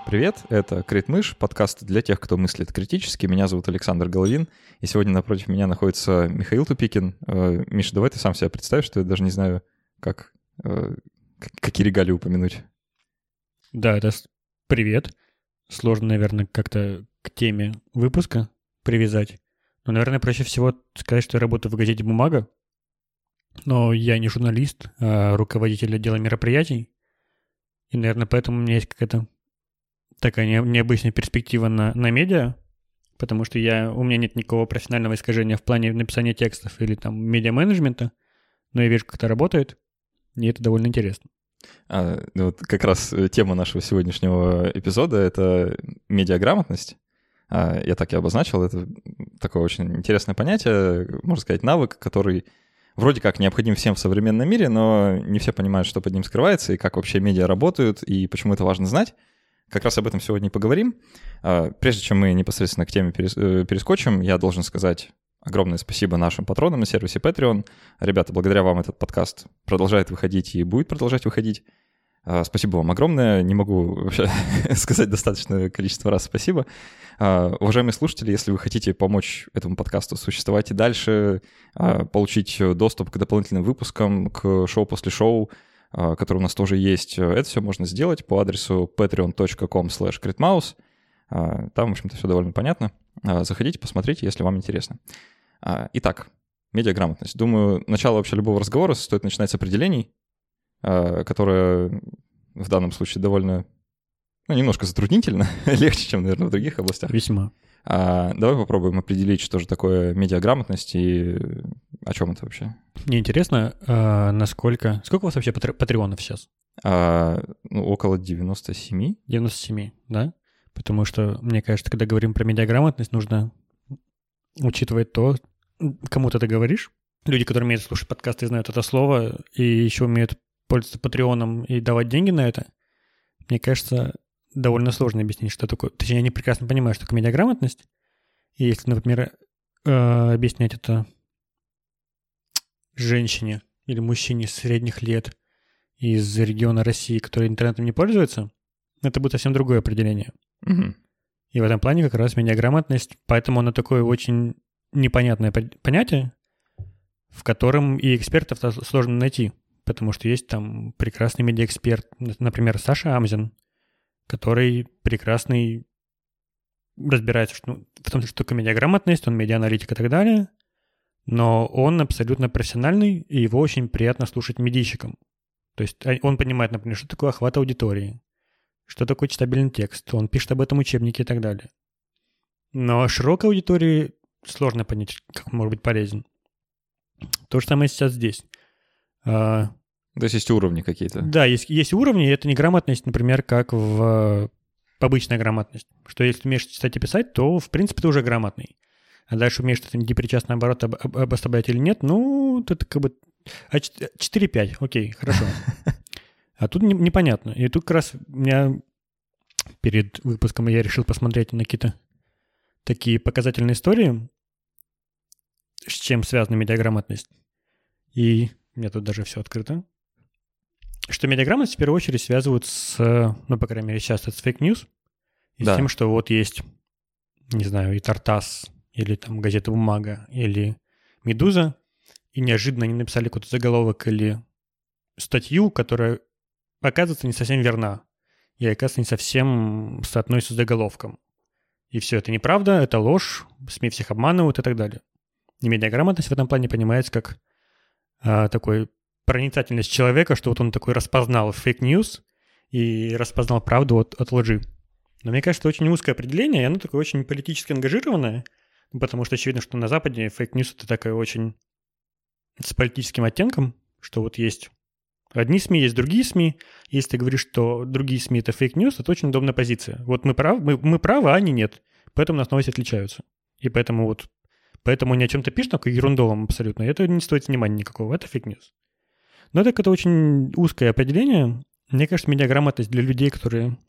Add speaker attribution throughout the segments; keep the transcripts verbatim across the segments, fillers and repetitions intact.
Speaker 1: Привет, это Критмыш, подкаст для тех, кто мыслит критически. Меня зовут Александр Головин, и сегодня напротив меня находится Михаил Тупикин. Миша, давай ты сам себя представишь, что я даже не знаю, как, какие регалии упомянуть.
Speaker 2: Да, это привет. Сложно, наверное, как-то к теме выпуска привязать. Но, наверное, проще всего сказать, что я работаю в газете «Бумага», но я не журналист, а руководитель отдела мероприятий. И, наверное, поэтому у меня есть какая-то такая необычная перспектива на, на медиа, потому что я, у меня нет никакого профессионального искажения в плане написания текстов или там медиа-менеджмента, но я вижу, как это работает, и это довольно интересно.
Speaker 1: А, ну вот как раз тема нашего сегодняшнего эпизода — это медиаграмотность. А, я так и обозначил, это такое очень интересное понятие, можно сказать, навык, который вроде как необходим всем в современном мире, но не все понимают, что под ним скрывается, и как вообще медиа работают, и почему это важно знать. Как раз об этом сегодня и поговорим. Прежде чем мы непосредственно к теме перескочим, я должен сказать огромное спасибо нашим патронам на сервисе Patreon. Ребята, благодаря вам этот подкаст продолжает выходить и будет продолжать выходить. Спасибо вам огромное. Не могу вообще сказать достаточное количество раз спасибо. Уважаемые слушатели, если вы хотите помочь этому подкасту существовать и дальше, получить доступ к дополнительным выпускам, к шоу после шоу, который у нас тоже есть, это все можно сделать по адресу patreon точка com слэш критмаус. Там, в общем-то, все довольно понятно. Заходите, посмотрите, если вам интересно. Итак, медиаграмотность. Думаю, начало вообще любого разговора стоит начинать с определений, которое в данном случае довольно, ну, немножко затруднительно, легче, чем, наверное, в других областях.
Speaker 2: Весьма.
Speaker 1: А, давай попробуем определить, что же такое медиаграмотность и о чем это вообще.
Speaker 2: Мне интересно, а насколько... Сколько у вас вообще патреонов сейчас?
Speaker 1: А, ну, около девяносто семь.
Speaker 2: девяносто семь, да? Потому что, мне кажется, когда говорим про медиаграмотность, нужно учитывать то, кому ты это говоришь. Люди, которые умеют слушать подкасты, знают это слово и еще умеют пользоваться патреоном и давать деньги на это. Мне кажется, довольно сложно объяснить, что такое. Точнее, они прекрасно понимают, что такое медиаграмотность. И если, например, объяснять это женщине или мужчине средних лет из региона России, который интернетом не пользуется, это будет совсем другое определение.
Speaker 1: Угу.
Speaker 2: И в этом плане как раз медиаграмотность, поэтому оно такое очень непонятное понятие, в котором и экспертов сложно найти, потому что есть там прекрасный медиаэксперт, например, Саша Амзин, который прекрасный разбирается в том, что такое медиаграмотность, он медиааналитик и так далее, но он абсолютно профессиональный, и его очень приятно слушать медийщикам. То есть он понимает, например, что такое охват аудитории, что такое читабельный текст, он пишет об этом учебники и так далее. Но широкой аудитории сложно понять, как он может быть полезен. То же самое сейчас здесь.
Speaker 1: То есть есть уровни какие-то?
Speaker 2: Да, есть, есть уровни, и это не грамотность, например, как в обычная грамотность. Что если умеешь читать и писать, то, в принципе, ты уже грамотный. А дальше умеешь что-то непричастный оборот об, об, обособлять или нет, ну, это как бы... А четыре пять, окей, хорошо. А тут не, непонятно. И тут как раз у меня перед выпуском я решил посмотреть на какие-то такие показательные истории, с чем связана медиаграмотность. И у меня тут даже все открыто. Что медиаграмотность в первую очередь связывают с, ну, по крайней мере, сейчас это с фейк-ньюс, и да. С тем, что вот есть, не знаю, и Тартас, или там газета «Бумага», или «Медуза», и неожиданно они написали какой-то заголовок или статью, которая, оказывается, не совсем верна, и, оказывается, не совсем соотносится с заголовком. И все это неправда, это ложь, СМИ всех обманывают и так далее. И медиаграмотность в этом плане понимается как а, такой проницательность человека, что вот он такой распознал фейк-ньюс и распознал правду от, от лжи. Но мне кажется, это очень узкое определение, и оно такое очень политически ангажированное, потому что очевидно, что на Западе фейк-ньюс — это такое очень с политическим оттенком, что вот есть одни СМИ, есть другие СМИ. Если ты говоришь, что другие СМИ — это фейк-ньюс, это очень удобная позиция. Вот мы, прав, мы, мы правы, а они нет. Поэтому нас новости отличаются. И поэтому вот поэтому они о чем-то пишут, такое ерундовом абсолютно, и это не стоит внимания никакого, это фейк-ньюс. Но так это очень узкое определение. Мне кажется, медиаграмотность для людей, которые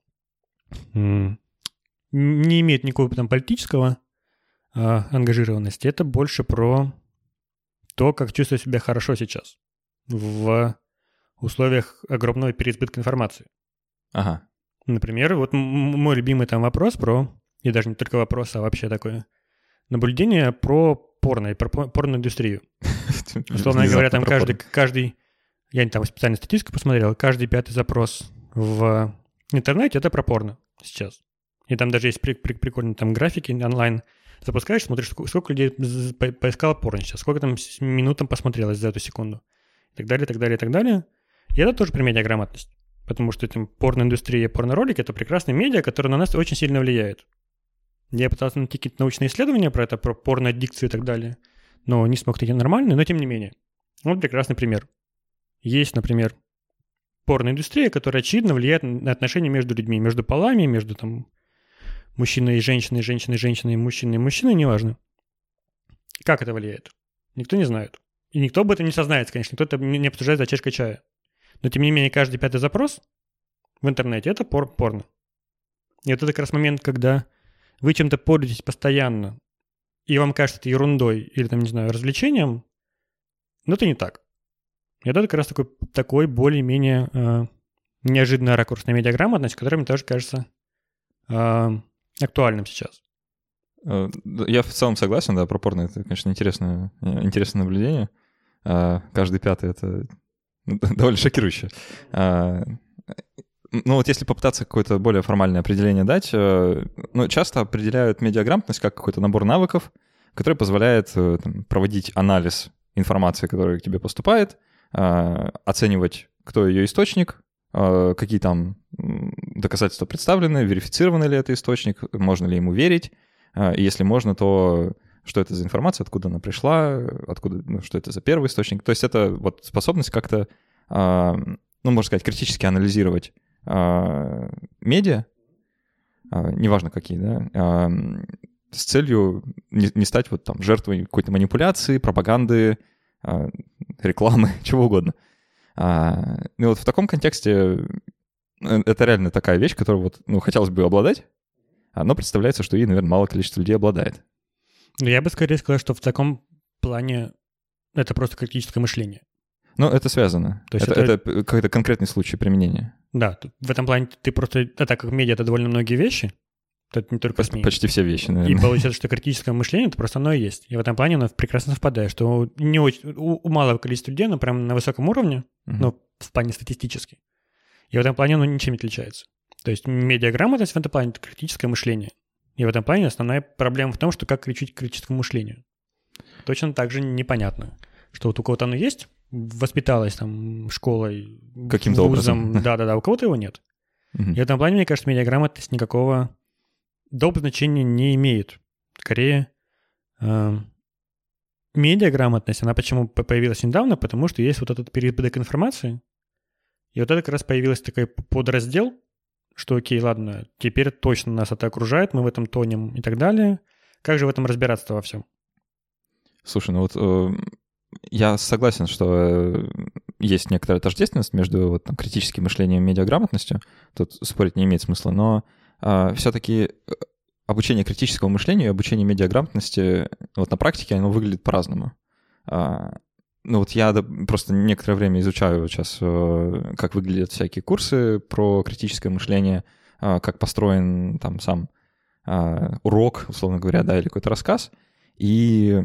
Speaker 2: м- не имеют никакого там политического а, ангажированности, это больше про то, как чувствовать себя хорошо сейчас в условиях огромного переизбытка информации.
Speaker 1: Ага.
Speaker 2: Например, вот мой любимый там вопрос про, и даже не только вопрос, а вообще такое наблюдение про порно и про порноиндустрию. Условно говоря, там каждый, каждый, я там специально статистику посмотрел, каждый пятый запрос в интернете — это про порно сейчас. И там даже есть при, при, прикольные там графики онлайн. Запускаешь, смотришь, сколько людей поискало порно сейчас, сколько там минут там посмотрелось за эту секунду. И так далее, и так далее, и так далее. И это тоже про медиаграмотность. Потому что этим порноиндустрия, порноролики — это прекрасные медиа, которые на нас очень сильно влияют. Я пытался найти какие-то научные исследования про это, про порноаддикцию и так далее, но не смог найти нормальные, но тем не менее. Вот прекрасный пример. Есть, например, порноиндустрия, которая очевидно влияет на отношения между людьми, между полами, между там мужчиной и женщиной, женщиной и женщиной, мужчиной и мужчиной, неважно. Как это влияет? Никто не знает. И никто об этом не сознается, конечно, никто это не обсуждает за чашкой чая. Но, тем не менее, каждый пятый запрос в интернете — это пор- порно. И вот это как раз момент, когда вы чем-то пользуетесь постоянно, и вам кажется это ерундой или, там, не знаю, развлечением, но это не так. И это как раз такой, такой более-менее э, неожиданный ракурс на медиаграмотность, который мне тоже кажется э, актуальным сейчас.
Speaker 1: Я в целом согласен, да, про порно — это, конечно, интересное, интересное наблюдение. Каждый пятый — это довольно шокирующе. Ну вот если попытаться какое-то более формальное определение дать, ну, часто определяют медиаграмотность как какой-то набор навыков, который позволяет там проводить анализ информации, которая к тебе поступает, оценивать, кто ее источник, какие там доказательства представлены, верифицирован ли это источник, можно ли ему верить, и если можно, то что это за информация, откуда она пришла, откуда, ну, что это за первый источник. То есть это вот способность как-то, ну, можно сказать, критически анализировать медиа, неважно какие, да, с целью не, не стать вот там жертвой какой-то манипуляции, пропаганды, рекламы, чего угодно. И вот в таком контексте это реально такая вещь, которую вот, ну, хотелось бы обладать, но представляется, что ей, наверное, мало количество людей обладает.
Speaker 2: Я бы скорее сказал, что в таком плане это просто критическое мышление.
Speaker 1: Ну, это связано. То есть это, это... это какой-то конкретный случай применения.
Speaker 2: Да, в этом плане ты просто... А так как медиа — это довольно многие вещи, то это не только СМИ.
Speaker 1: Почти все вещи, наверное.
Speaker 2: И получается, что критическое мышление — это просто оно и есть. И в этом плане оно прекрасно совпадает, что не очень, у, у малого количества людей оно прям на высоком уровне, uh-huh. ну, в плане статистически. И в этом плане оно ничем не отличается. То есть медиаграмотность в этом плане — это критическое мышление. И в этом плане основная проблема в том, что как кричить к критическому мышлению. Точно так же непонятно, что вот у кого-то оно есть, воспиталось там школой,
Speaker 1: каким-то
Speaker 2: вузом,
Speaker 1: образом.
Speaker 2: Да-да-да, у кого-то его нет. Uh-huh. И в этом плане, мне кажется, медиаграмотность никакого доп. Значения не имеет. Скорее, э, медиаграмотность, она почему появилась недавно? Потому что есть вот этот переизбыток информации, и вот это как раз появился такой подраздел, что окей, ладно, теперь точно нас это окружает, мы в этом тонем и так далее. Как же в этом разбираться во всем?
Speaker 1: Слушай, ну вот э, я согласен, что э, есть некоторая тождественность между вот, там, критическим мышлением и медиаграмотностью. Тут спорить не имеет смысла, но э, все-таки обучение критическому мышлению и обучение медиаграмотности вот на практике оно выглядит по-разному. Э, ну вот я просто некоторое время изучаю сейчас, э, как выглядят всякие курсы про критическое мышление, э, как построен там сам э, урок, условно говоря, да, или какой-то рассказ. И,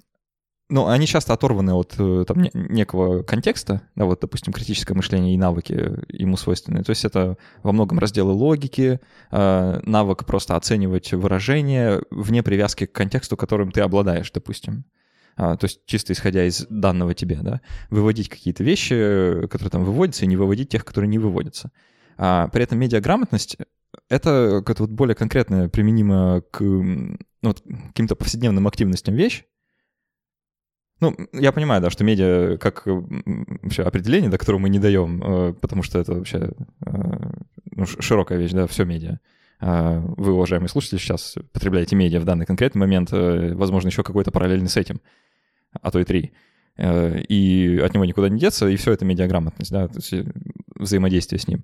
Speaker 1: ну, они часто оторваны от там, некого контекста, да, вот, допустим, критическое мышление и навыки ему свойственны. То есть это во многом разделы логики, э, навык просто оценивать выражения вне привязки к контексту, которым ты обладаешь, допустим. А, то есть чисто исходя из данного тебе, да, выводить какие-то вещи, которые там выводятся, и не выводить тех, которые не выводятся. А, при этом медиаграмотность — это как-то вот более конкретно применимо к, ну, вот, каким-то повседневным активностям вещь. Ну, я понимаю, да, что медиа как вообще определение, до которого мы не даем, потому что это вообще ну, широкая вещь, да, все медиа. Вы, уважаемые слушатели, сейчас потребляете медиа в данный конкретный момент, возможно, еще какой-то параллельный с этим, а то и три. И от него никуда не деться, и все это медиаграмотность, да, то есть взаимодействие с ним.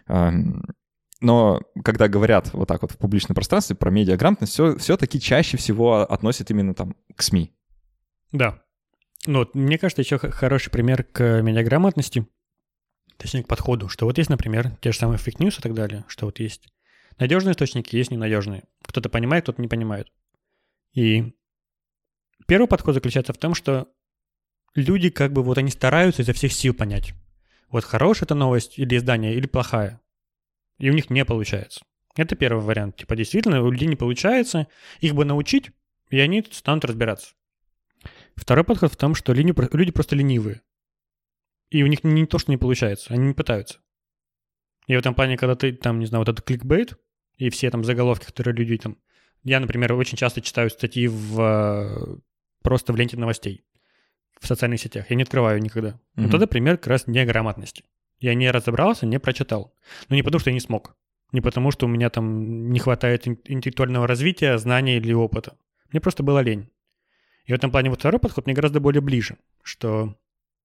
Speaker 1: Но когда говорят вот так вот в публичном пространстве про медиаграмотность, все, все-таки чаще всего относят именно там к СМИ.
Speaker 2: Да. Ну, вот, мне кажется, еще хороший пример к медиаграмотности — точнее, к подходу, что вот есть, например, те же самые фейк-ньюс и так далее, что вот есть надежные источники, есть ненадежные. Кто-то понимает, кто-то не понимает. И первый подход заключается в том, что люди как бы вот они стараются изо всех сил понять, вот хорошая это новость или издание, или плохая. И у них не получается. Это первый вариант. Типа действительно у людей не получается, их бы научить, и они станут разбираться. Второй подход в том, что люди просто ленивые. И у них не то, что не получается, они не пытаются. И в этом плане, когда ты там, не знаю, вот этот кликбейт, и все там заголовки, которые люди там... Я, например, очень часто читаю статьи в... просто в ленте новостей в социальных сетях. Я не открываю никогда. Mm-hmm. Вот это пример как раз неграмотности. Я не разобрался, не прочитал. Но не потому, что я не смог. Не потому, что у меня там не хватает интеллектуального развития, знаний или опыта. Мне просто было лень. И в этом плане вот второй подход мне гораздо более ближе, что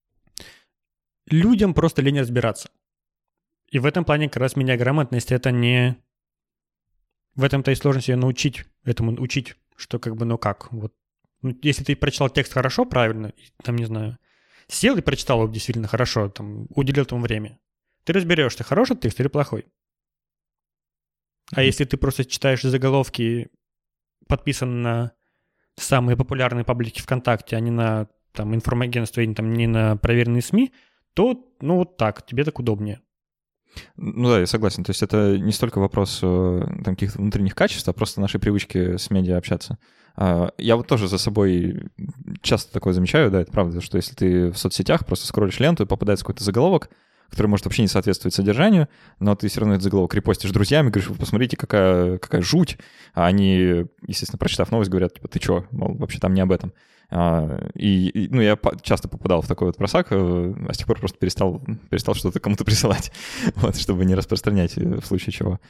Speaker 2: людям просто лень разбираться. И в этом плане как раз медиаграмотность — это не... В этом-то и сложность ее научить, этому учить, что как бы, ну как, вот. Ну, если ты прочитал текст хорошо, правильно, там, не знаю, сел и прочитал его действительно хорошо, там, уделил этому время, ты разберешься, хороший текст или плохой. А mm-hmm. если ты просто читаешь заголовки, подписан на самые популярные паблики ВКонтакте, а не на там, информагентство, или там, не на проверенные СМИ, то, ну, вот так, тебе так удобнее.
Speaker 1: Ну да, я согласен. То есть это не столько вопрос там, каких-то внутренних качеств, а просто нашей привычки с медиа общаться. Я вот тоже за собой часто такое замечаю, да, это правда, что если ты в соцсетях просто скроллишь ленту и попадается какой-то заголовок, который может вообще не соответствовать содержанию, но ты все равно этот заголовок репостишь друзьям и говоришь, вы посмотрите, какая, какая жуть. А они, естественно, прочитав новость, говорят, типа, ты чё, мол, вообще там не об этом. И, и ну, я часто попадал в такой вот просак, а с тех пор просто перестал, перестал что-то кому-то присылать, вот, чтобы не распространять в случае чего.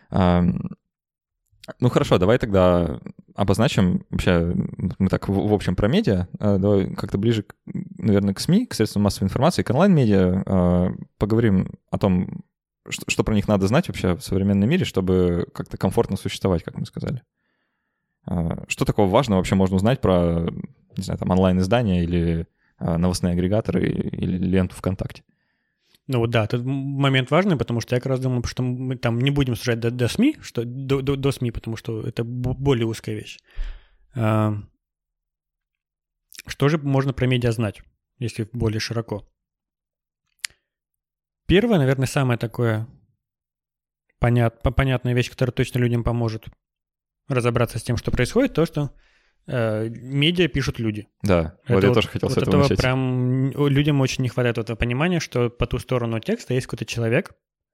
Speaker 1: Ну хорошо, давай тогда обозначим вообще, мы так в, в общем про медиа, давай как-то ближе, наверное, к СМИ, к средствам массовой информации, к онлайн-медиа, поговорим о том, что, что про них надо знать вообще в современном мире, чтобы как-то комфортно существовать, как мы сказали. Что такого важного вообще можно узнать про, не знаю, там онлайн-издания или новостные агрегаторы или ленту ВКонтакте?
Speaker 2: Ну вот да, этот момент важный, потому что я как раз думал, что мы там не будем сужать до, до СМИ, что, до, до, до СМИ, потому что это более узкая вещь. А, что же можно про медиа знать, если более широко? Первое, наверное, самое такое понят, понятная вещь, которая точно людям поможет разобраться с тем, что происходит, то, что э, медиа пишут люди.
Speaker 1: Да,
Speaker 2: это
Speaker 1: вот я
Speaker 2: вот,
Speaker 1: тоже хотел
Speaker 2: вот
Speaker 1: с этого начать.
Speaker 2: Прям людям очень не хватает этого понимания, что по ту сторону текста есть какой-то человек,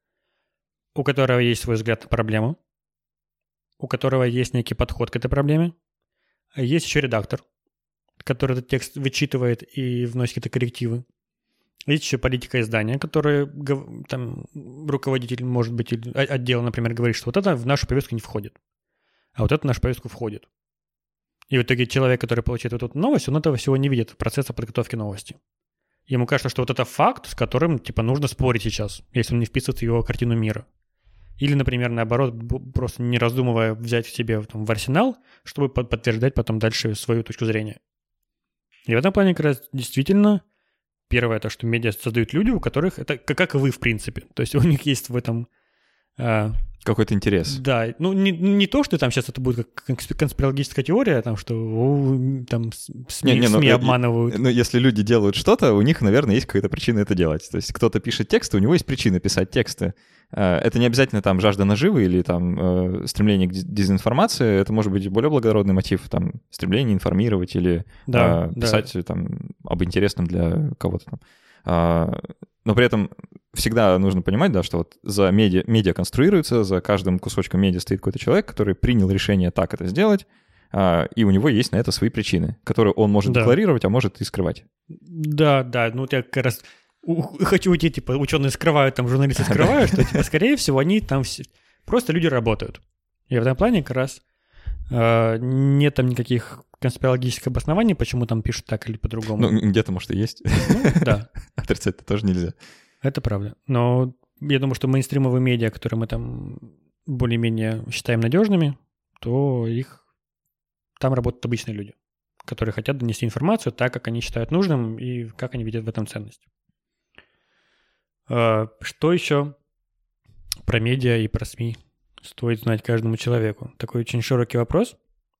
Speaker 2: у которого есть свой взгляд на проблему, у которого есть некий подход к этой проблеме, а есть еще редактор, который этот текст вычитывает и вносит какие-то коррективы. Есть еще политика издания, которая там руководитель, может быть, отдела, например, говорит, что вот это в нашу повестку не входит, а вот это в нашу повестку входит. И в итоге человек, который получает вот эту новость, он этого всего не видит, процесса подготовки новости. Ему кажется, что вот это факт, с которым, типа, нужно спорить сейчас, если он не вписывает в его картину мира. Или, например, наоборот, просто не раздумывая взять в себе там, в арсенал, чтобы подтверждать потом дальше свою точку зрения. И в этом плане как раз действительно первое, то, что медиа создают люди, у которых это как и вы, в принципе. То есть у них есть в этом... А,
Speaker 1: какой-то интерес.
Speaker 2: Да, ну не, не то, что там сейчас это будет как конспирологическая теория, там, что о, там СМИ, не, не, СМИ ну, обманывают.
Speaker 1: Ну, если люди делают что-то, у них, наверное, есть какая-то причина это делать. То есть кто-то пишет тексты, у него есть причина писать тексты. Это не обязательно там жажда наживы или там стремление к дезинформации, это может быть более благородный мотив, там стремление информировать или да, а, писать да. там об интересном для кого-то там. А, но при этом всегда нужно понимать, да, что вот за медиа, медиа конструируется, за каждым кусочком медиа стоит какой-то человек, который принял решение так это сделать, а, и у него есть на это свои причины, которые он может да. декларировать, а может и скрывать.
Speaker 2: Да, да, ну вот я как раз хочу уйти, типа, ученые скрывают, там, журналисты скрывают, что, типа, скорее всего, они там все... Просто люди работают. И в этом плане как раз э, нет там никаких конспирологических обоснований, почему там пишут так или по-другому.
Speaker 1: Ну, где-то, может, и есть.
Speaker 2: Ну, да.
Speaker 1: Отрицать-то тоже нельзя.
Speaker 2: Это правда. Но я думаю, что мейнстримовые медиа, которые мы там более-менее считаем надежными, то их... Там работают обычные люди, которые хотят донести информацию так, как они считают нужным и как они видят в этом ценность. А, что еще про медиа и про СМИ стоит знать каждому человеку? Такой очень широкий вопрос.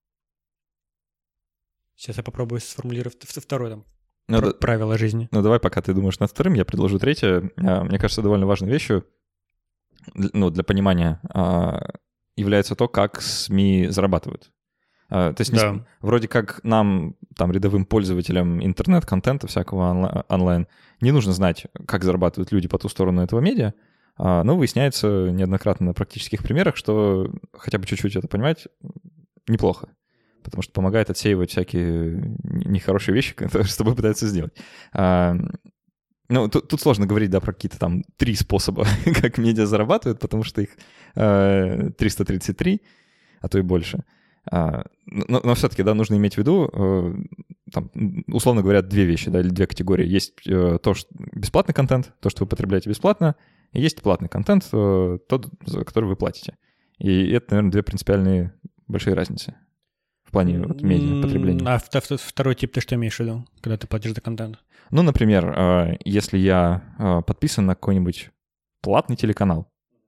Speaker 2: Сейчас я попробую сформулировать второе там
Speaker 1: ну,
Speaker 2: про-
Speaker 1: да,
Speaker 2: правило жизни.
Speaker 1: Ну, давай, пока ты думаешь над вторым, я предложу третье. Мне кажется, довольно важной вещью, ну, для понимания является то, как СМИ зарабатывают. То есть да. не, вроде как нам, там, рядовым пользователям интернет-контента всякого онлайн, не нужно знать, как зарабатывают люди по ту сторону этого медиа, но выясняется неоднократно на практических примерах, что хотя бы чуть-чуть это понимать неплохо, потому что помогает отсеивать всякие нехорошие вещи, которые с тобой пытаются сделать. Ну, тут, тут сложно говорить, да, про какие-то там три способа, как медиа зарабатывают, потому что их триста тридцать три, а то и больше. Но, но все-таки, да, нужно иметь в виду, там, условно говоря, две вещи, да, или две категории. Есть то, что бесплатный контент, то, что вы потребляете бесплатно, и есть платный контент, тот, за который вы платите. И это, наверное, две принципиальные большие разницы в плане вот, медиа потребления.
Speaker 2: А второй тип ты что имеешь в виду, когда ты платишь за контент?
Speaker 1: Ну, например, если я подписан на какой-нибудь платный телеканал,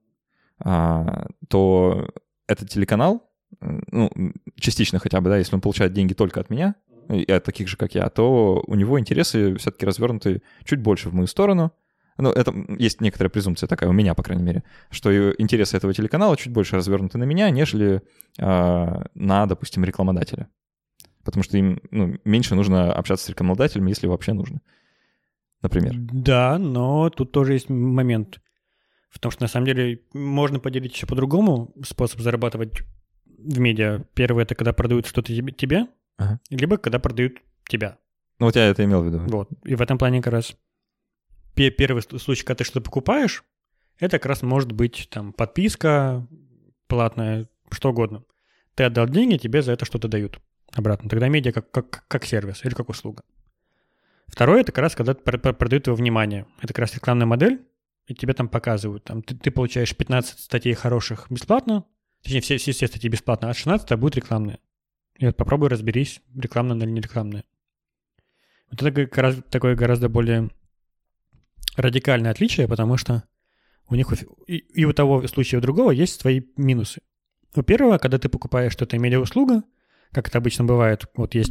Speaker 1: то этот телеканал, ну, частично хотя бы, да, если он получает деньги только от меня, и от таких же, как я, то у него интересы все-таки развернуты чуть больше в мою сторону. Ну, это есть некоторая презумпция такая, у меня, по крайней мере, что интересы этого телеканала чуть больше развернуты на меня, нежели э, на, допустим, рекламодателя. Потому что им ну, меньше нужно общаться с рекламодателем, если вообще нужно. Например.
Speaker 2: Да, но тут тоже есть момент. В том, что на самом деле можно поделить еще по-другому способ зарабатывать в медиа. Первое — это когда продают что-то тебе, ага. либо когда продают тебя.
Speaker 1: Ну, вот я это имел в виду.
Speaker 2: Вот. И в этом плане как раз первый случай, когда ты что-то покупаешь, это как раз может быть там подписка платная, что угодно. Ты отдал деньги, тебе за это что-то дают обратно. Тогда медиа как, как, как сервис или как услуга. Второе — это как раз когда продают твое внимание. Это как раз рекламная модель, и тебе там показывают. Там, ты, ты получаешь пятнадцать статей хороших бесплатно, точнее, все, все, все статьи бесплатно, а шестнадцать будет рекламная. И вот попробуй разберись, рекламная или не рекламная. Вот это как раз такое гораздо более радикальное отличие, потому что у них и, и у того случая, и у другого есть свои минусы. У первого, когда ты покупаешь что-то медиа-услуга, как это обычно бывает, вот есть...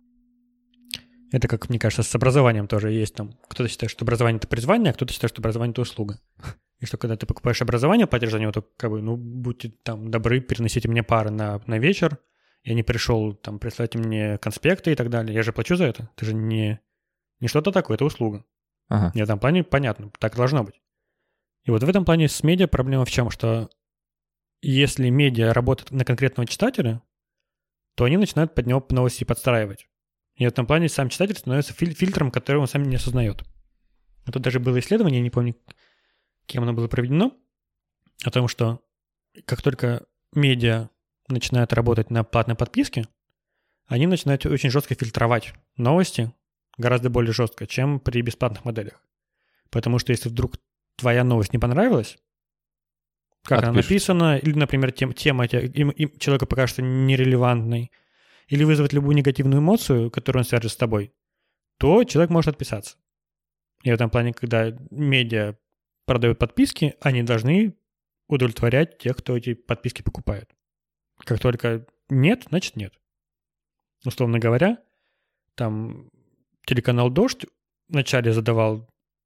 Speaker 2: Это, как мне кажется, с образованием тоже есть там. Кто-то считает, что образование — это призвание, а кто-то считает, что образование — это услуга. И что когда ты покупаешь образование, платишь за него, то как бы, ну, будьте там добры, переносите мне пары на, на вечер. Я не пришел, там, прислайте мне конспекты и так далее. Я же плачу за это. Это же не, не что-то такое, это услуга. Ага. И в этом плане понятно, так должно быть. И вот в этом плане с медиа проблема в чем? Что если медиа работает на конкретного читателя, то они начинают под него новости подстраивать. И в этом плане сам читатель становится филь- фильтром, который он сам не осознает. А тут даже было исследование, я не помню, кем оно было проведено, о том, что как только медиа начинают работать на платной подписке, они начинают очень жестко фильтровать новости, гораздо более жестко, чем при бесплатных моделях. Потому что если вдруг твоя новость не понравилась, как Отпишут. Она написана, или, например, тем, тема им, им, человеку покажется нерелевантной, или вызовет любую негативную эмоцию, которую он свяжет с тобой, то человек может отписаться. И в этом плане, когда медиа продают подписки, они должны удовлетворять тех, кто эти подписки покупает. Как только нет, значит нет. Условно говоря, там телеканал «Дождь» вначале задавал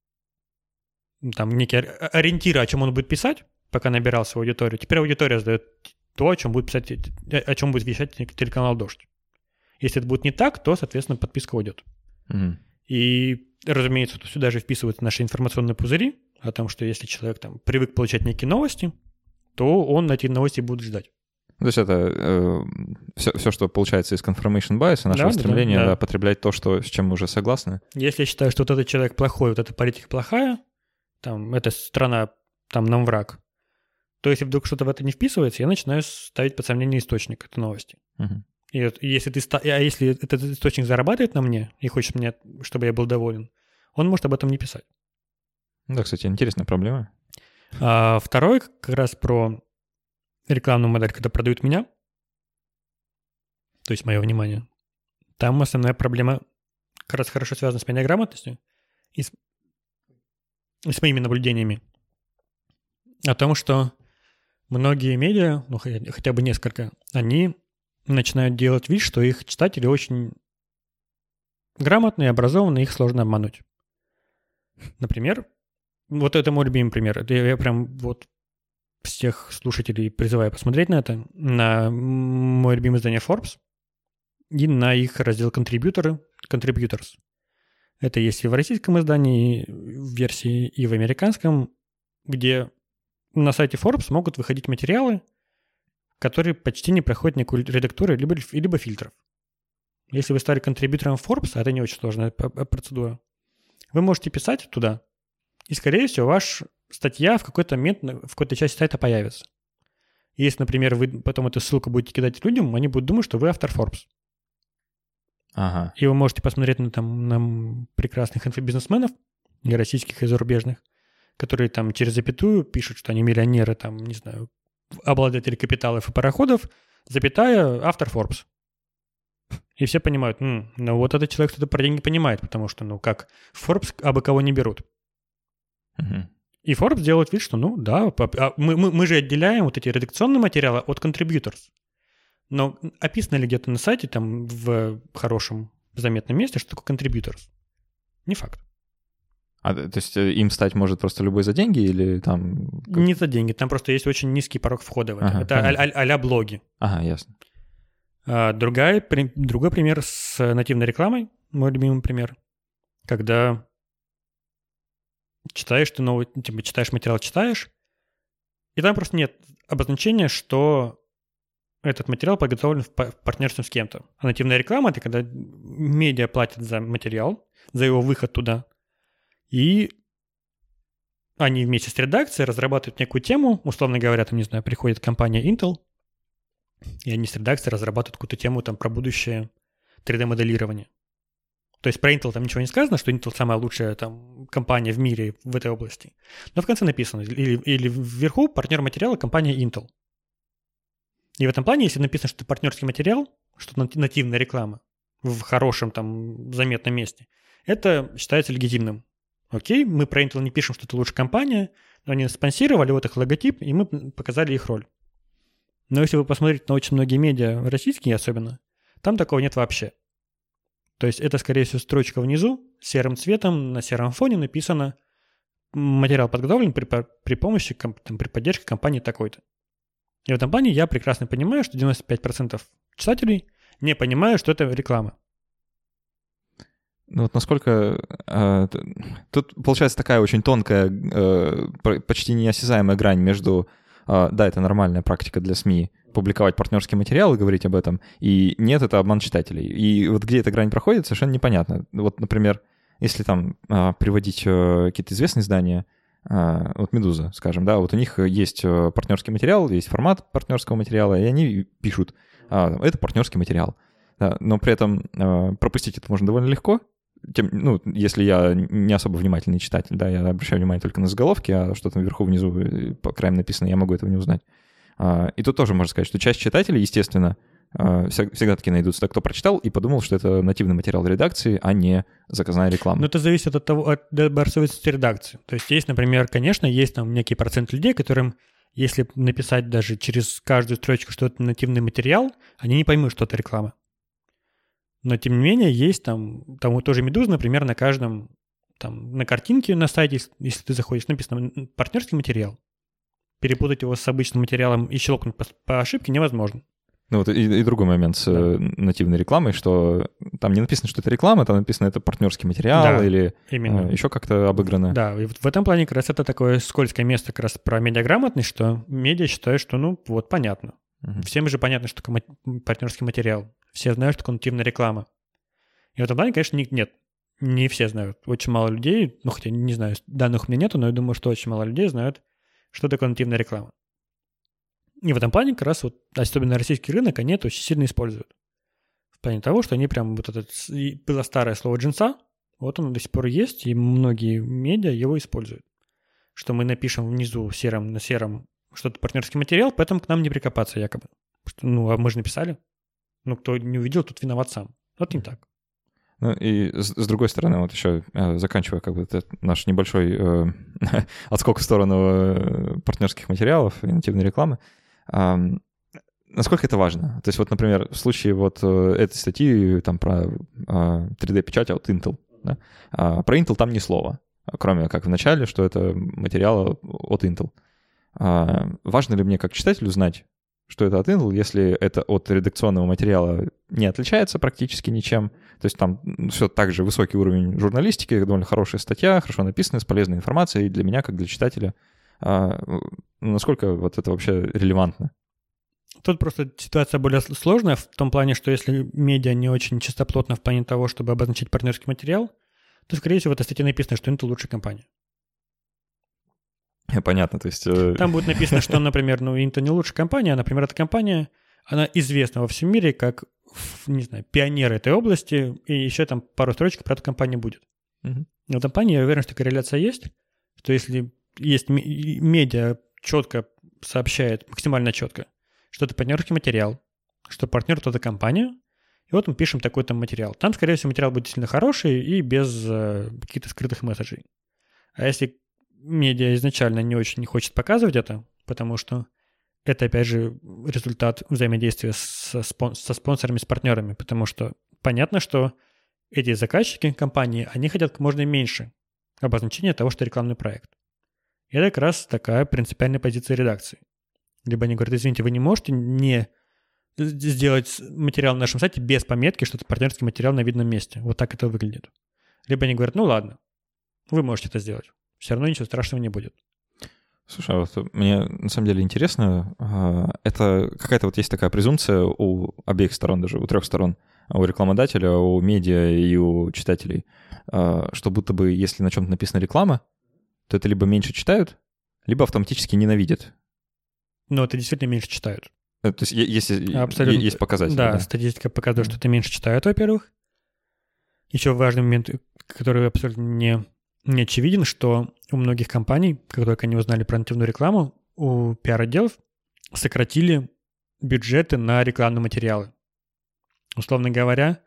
Speaker 2: там некие ориентиры, о чем он будет писать, пока набирал свою аудиторию. Теперь аудитория задает то, о чем будет писать, о чем будет вещать телеканал «Дождь». Если это будет не так, то, соответственно, подписка уйдет. Mm-hmm. И, разумеется, сюда же вписываются наши информационные пузыри о том, что если человек там привык получать некие новости, то он эти новости будет ждать.
Speaker 1: То есть это э, все, все, что получается из confirmation bias, нашего да, стремления да, да. потреблять то, что, с чем мы уже согласны.
Speaker 2: Если я считаю, что вот этот человек плохой, вот эта политика плохая, там, эта страна там нам враг, то если вдруг что-то в это не вписывается, я начинаю ставить под сомнение источник этой новости. Uh-huh. И, и если ты, а если этот источник зарабатывает на мне и хочет мне, чтобы я был доволен, он может об этом не писать.
Speaker 1: Да, кстати, интересная проблема.
Speaker 2: А второй как раз про рекламную модель, когда продают меня, то есть мое внимание. Там основная проблема как раз хорошо связана с медиаграмотностью и с, с моими наблюдениями о том, что многие медиа, ну хотя бы несколько, они начинают делать вид, что их читатели очень грамотные, образованные, их сложно обмануть. Например, вот это мой любимый пример. Это я прям вот всех слушателей призываю посмотреть на это, на мое любимое издание Forbes и на их раздел Contributor, Contributors. Это есть и в российском издании, в версии, и в американском, где на сайте Forbes могут выходить материалы, которые почти не проходят никакой редактуры либо, либо фильтров. Если вы стали контрибьютором Forbes, а это не очень сложная процедура, вы можете писать туда, и, скорее всего, ваша статья в какой-то момент, в какой-то части сайта появится. Если, например, вы потом эту ссылку будете кидать людям, они будут думать, что вы автор Forbes.
Speaker 1: Ага.
Speaker 2: И вы можете посмотреть на, там, на прекрасных инфобизнесменов, и российских, и зарубежных, которые там через запятую пишут, что они миллионеры, там, не знаю, обладатели капиталов и пароходов, запятая, автор Forbes. И все понимают, М, ну вот этот человек что-то про деньги понимает, потому что, ну как, Forbes абы кого не берут.
Speaker 1: Угу.
Speaker 2: И Forbes делает вид, что, ну да, а мы, мы, мы же отделяем вот эти редакционные материалы от contributors. Но описано ли где-то на сайте, там, в хорошем, заметном месте, что такое contributors? Не факт.
Speaker 1: А, то есть им стать может просто любой за деньги или там...
Speaker 2: Не за деньги, там просто есть очень низкий порог входа в это.
Speaker 1: Ага,
Speaker 2: это а- а- а-ля блоги.
Speaker 1: Ага, ясно.
Speaker 2: А другая, при, другой пример с нативной рекламой, мой любимый пример, когда читаешь ты новый, типа читаешь материал, читаешь, и там просто нет обозначения, что этот материал подготовлен в партнерстве с кем-то. А нативная реклама — это когда медиа платят за материал, за его выход туда, и они вместе с редакцией разрабатывают некую тему, условно говоря, там, не знаю, приходит компания Intel, и они с редакцией разрабатывают какую-то тему там про будущее три дэ-моделирование. То есть про Intel там ничего не сказано, что Intel самая лучшая там компания в мире в этой области. Но в конце написано, или, или вверху партнер материала компания Intel. И в этом плане, если написано, что это партнерский материал, что нативная реклама в хорошем там заметном месте, это считается легитимным. Окей, мы про Intel не пишем, что это лучшая компания, но они спонсировали вот их логотип, и мы показали их роль. Но если вы посмотрите на очень многие медиа, российские особенно, там такого нет вообще. То есть это, скорее всего, строчка внизу, серым цветом, на сером фоне написано «Материал подготовлен при, при помощи, там, при поддержке компании такой-то». И в этом плане я прекрасно понимаю, что девяносто пять процентов читателей не понимают, что это реклама.
Speaker 1: Ну вот насколько... Э, тут получается такая очень тонкая, э, почти неосязаемая грань между... Э, да, это нормальная практика для СМИ, публиковать партнерский материал и говорить об этом, и нет, это обман читателей. И вот где эта грань проходит, совершенно непонятно. Вот, например, если там э, приводить э, какие-то известные издания, э, вот «Медуза», скажем, да, вот у них есть партнерский материал, есть формат партнерского материала, и они пишут, э, это партнерский материал. Да, но при этом э, пропустить это можно довольно легко. Тем, ну, если я не особо внимательный читатель, да, я обращаю внимание только на заголовки, а что там вверху, внизу, по краям написано, я могу этого не узнать. А, и тут тоже можно сказать, что часть читателей, естественно, а, всегда таки найдутся, кто прочитал и подумал, что это нативный материал редакции, а не заказная реклама.
Speaker 2: Но это зависит от того, от добросовестности редакции. То есть есть, например, конечно, есть там некий процент людей, которым, если написать даже через каждую строчку, что это нативный материал, они не поймут, что это реклама. Но, тем не менее, есть там, там тоже «Медуза», например, на каждом, там, на картинке на сайте, если ты заходишь, написано «партнерский материал». Перепутать его с обычным материалом и щелкнуть по, по ошибке невозможно.
Speaker 1: Ну вот и, и другой момент с да. нативной рекламой, что там не написано, что это реклама, там написано, это партнерский материал да, или именно. еще как-то обыграно.
Speaker 2: Да, и вот в этом плане как раз это такое скользкое место как раз про медиаграмотность, что медиа считают, что ну вот понятно. Угу. Всем же понятно, что такое партнерский материал. Все знают, что такое нативная реклама. И в этом плане, конечно, нет. Не все знают. Очень мало людей, ну хотя не знаю, данных у меня нету, но я думаю, что очень мало людей знают, что такое нативная реклама. И в этом плане как раз вот, особенно российский рынок, они это очень сильно используют. В плане того, что они прям вот это... Было старое слово «джинса», вот оно до сих пор есть, и многие медиа его используют. Что мы напишем внизу серым на сером что-то партнерский материал, поэтому к нам не прикопаться якобы. Что, ну, а мы же написали. Ну, кто не увидел, тут виноват сам. Вот не так.
Speaker 1: Ну и с, с другой стороны, вот еще э, заканчивая как бы этот наш небольшой э, отскок в сторону э, партнерских материалов и нативной рекламы, э, насколько это важно? То есть вот, например, в случае вот э, этой статьи там про э, три дэ-печать от Intel, да? а про Intel там ни слова, кроме как в начале, что это материал от Intel. А важно ли мне как читателю знать, что это от Intel, если это от редакционного материала не отличается практически ничем? То есть там все так же высокий уровень журналистики, довольно хорошая статья, хорошо написанная, с полезной информацией. И для меня, как для читателя, а, насколько вот это вообще релевантно?
Speaker 2: Тут просто ситуация более сложная в том плане, что если медиа не очень чистоплотно в плане того, чтобы обозначить партнерский материал, то, скорее всего, в этой статье написано, что Intel лучшая компания.
Speaker 1: Понятно, то есть... Э...
Speaker 2: Там будет написано, что, например, ну, Intel не лучшая компания, а, например, эта компания, она известна во всем мире как, не знаю, пионер этой области, и еще там пару строчек про эту компанию будет.
Speaker 1: Uh-huh.
Speaker 2: В этом плане я уверен, что корреляция есть, что если есть медиа четко сообщает, максимально четко, что это партнерский материал, что партнер — это компания, и вот мы пишем такой-то материал. Там, скорее всего, материал будет действительно хороший и без э, каких-то скрытых месседжей. А если медиа изначально не очень не хочет показывать это, потому что это, опять же, результат взаимодействия со, спон- со спонсорами, с партнерами, потому что понятно, что эти заказчики компании, они хотят как можно меньше обозначения того, что рекламный проект. И это как раз такая принципиальная позиция редакции. Либо они говорят, извините, вы не можете не сделать материал на нашем сайте без пометки, что это партнерский материал на видном месте. Вот так это выглядит. Либо они говорят, ну ладно, вы можете это сделать. Все равно ничего страшного не будет.
Speaker 1: Слушай, а вот мне на самом деле интересно, это какая-то вот есть такая презумпция у обеих сторон, даже у трех сторон, у рекламодателя, у медиа и у читателей, что будто бы если на чем-то написана реклама, то это либо меньше читают, либо автоматически ненавидят.
Speaker 2: Но это действительно меньше читают.
Speaker 1: То есть есть,
Speaker 2: Абсолютно.
Speaker 1: есть показатели.
Speaker 2: Да,
Speaker 1: да,
Speaker 2: статистика показывает, что это меньше читают, во-первых. Еще важный момент, который абсолютно не, не очевиден, что у многих компаний, как только они узнали про нативную рекламу, у пиар-отделов сократили бюджеты на рекламные материалы. Условно говоря,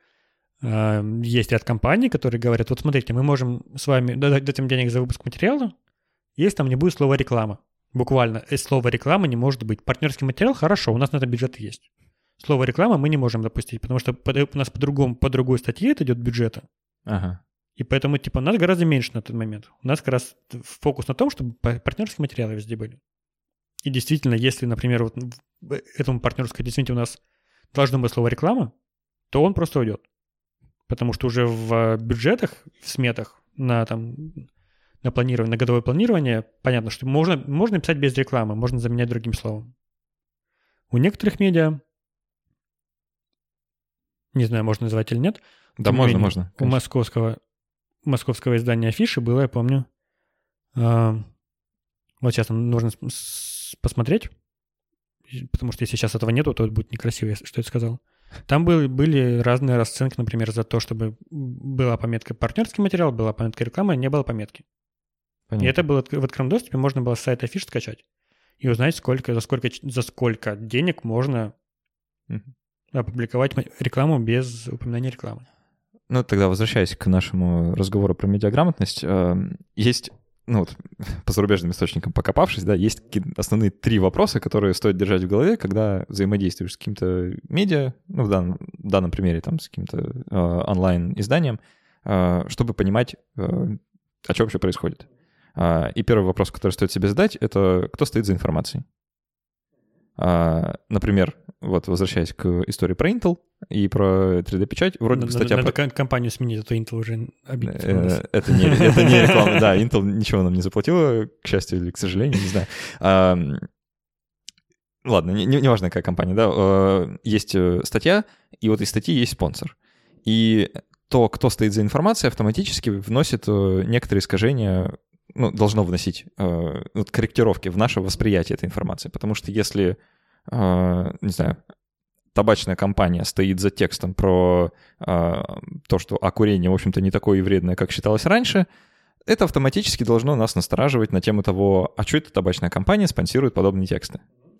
Speaker 2: есть ряд компаний, которые говорят, вот смотрите, мы можем с вами дать им денег за выпуск материала, если там не будет слова «реклама». Буквально, слово «реклама» не может быть. Партнерский материал — хорошо, у нас на это бюджет есть. Слово «реклама» мы не можем допустить, потому что у нас по-другому, по другой статье это идет бюджета.
Speaker 1: Ага.
Speaker 2: И поэтому, типа, у нас гораздо меньше на тот момент. У нас как раз фокус на том, чтобы партнерские материалы везде были. И действительно, если, например, вот этому партнеру сказать, действительно, у нас должно быть слово «реклама», то он просто уйдет. Потому что уже в бюджетах, в сметах на там... на планирование, на годовое планирование, понятно, что можно, можно писать без рекламы, можно заменять другим словом. У некоторых медиа, не знаю, можно называть или нет.
Speaker 1: Да, можно,
Speaker 2: менее,
Speaker 1: можно.
Speaker 2: Конечно. У московского, московского издания «Афиши» было, я помню, э, вот сейчас нам нужно с- посмотреть, потому что если сейчас этого нету, то это будет некрасиво, что я сказал. Там были, были разные расценки, например, за то, чтобы была пометка «партнерский материал», была пометка «реклама», не было пометки. Понятно. И это было в открытом доступе, можно было с сайта Афиш скачать и узнать, сколько, за, сколько, за сколько денег можно mm-hmm. опубликовать рекламу без упоминания рекламы.
Speaker 1: Ну, тогда возвращаясь к нашему разговору про медиаграмотность, есть, ну вот, по зарубежным источникам покопавшись, да, есть основные три вопроса, которые стоит держать в голове, когда взаимодействуешь с каким-то медиа, ну, в данном, в данном примере, там, с каким-то э, онлайн-изданием, э, чтобы понимать, э, о чем вообще происходит. И первый вопрос, который стоит себе задать, это кто стоит за информацией. Например, вот возвращаясь к истории про Intel и про три дэ-печать, вроде бы статья...
Speaker 2: Надо
Speaker 1: про...
Speaker 2: компанию сменить, а то Intel уже обидно.
Speaker 1: Это не, это не реклама. Да, Intel ничего нам не заплатила, к счастью или к сожалению, не знаю. Ладно, не, не важно, какая компания, да. Есть статья, и у этой статьи есть спонсор. И то, кто стоит за информацией, автоматически вносит некоторые искажения, ну, должно вносить э, вот корректировки в наше восприятие этой информации. Потому что если, э, не знаю, табачная компания стоит за текстом про э, то, что а курение, в общем-то, не такое и вредное, как считалось раньше, это автоматически должно нас настораживать на тему того, а что эта табачная компания спонсирует подобные тексты.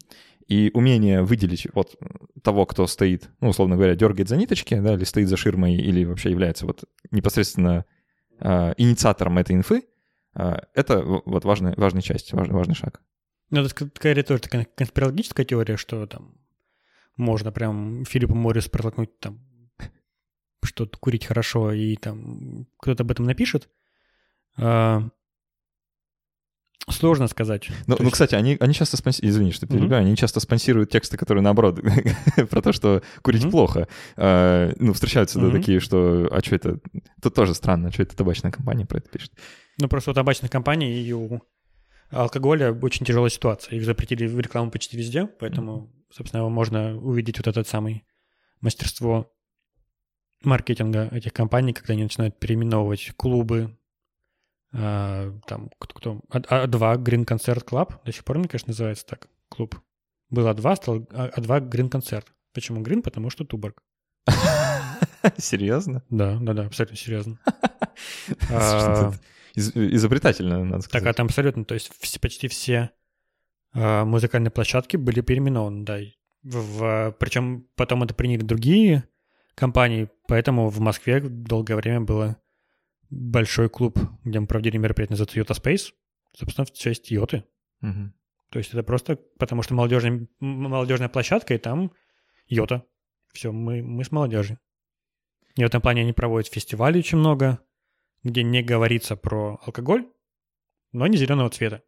Speaker 1: И умение выделить вот того, кто стоит, ну, условно говоря, дергает за ниточки, да, или стоит за ширмой, или вообще является вот непосредственно э, инициатором этой инфы, э, это вот важная, важная часть, важный, важный шаг.
Speaker 2: Ну, это скорее тоже такая конспирологическая теория, что там можно прям Филиппу Моррису протолкнуть там что-то курить хорошо, и там кто-то об этом напишет. А, сложно сказать.
Speaker 1: Ну, ну есть... кстати, они, они часто спонсируют, извини, что перебиваю, mm-hmm. они часто спонсируют тексты, которые наоборот, про то, что курить mm-hmm. плохо. А, ну, встречаются mm-hmm. да, такие, что, а что это, это тоже странно, что это табачная компания про это пишет.
Speaker 2: Ну, просто у табачных компаний и у алкоголя очень тяжелая ситуация. Их запретили в рекламу почти везде, поэтому, собственно, можно увидеть вот это самое мастерство маркетинга этих компаний, когда они начинают переименовывать клубы, а, там, кто, а два Green Concert Club, до сих пор, мне, конечно, называется так, клуб. Был а два, стал а два Green Concert. Почему Green? Потому что Туборг.
Speaker 1: Серьезно?
Speaker 2: Да, да, да, абсолютно серьезно.
Speaker 1: Изобретательно, надо сказать.
Speaker 2: Так, а там абсолютно, то есть все, почти все э, музыкальные площадки были переименованы, да. В, в, причем потом это приняли другие компании, поэтому в Москве долгое время был большой клуб, где мы проводили мероприятие, называется Йота Space, собственно, в честь Йоты. Угу. То есть это просто потому, что молодежная, молодежная площадка, и там Йота. Все, мы, мы с молодежью. И в этом плане они проводят фестивали очень много, где не говорится про алкоголь, но не зеленого цвета.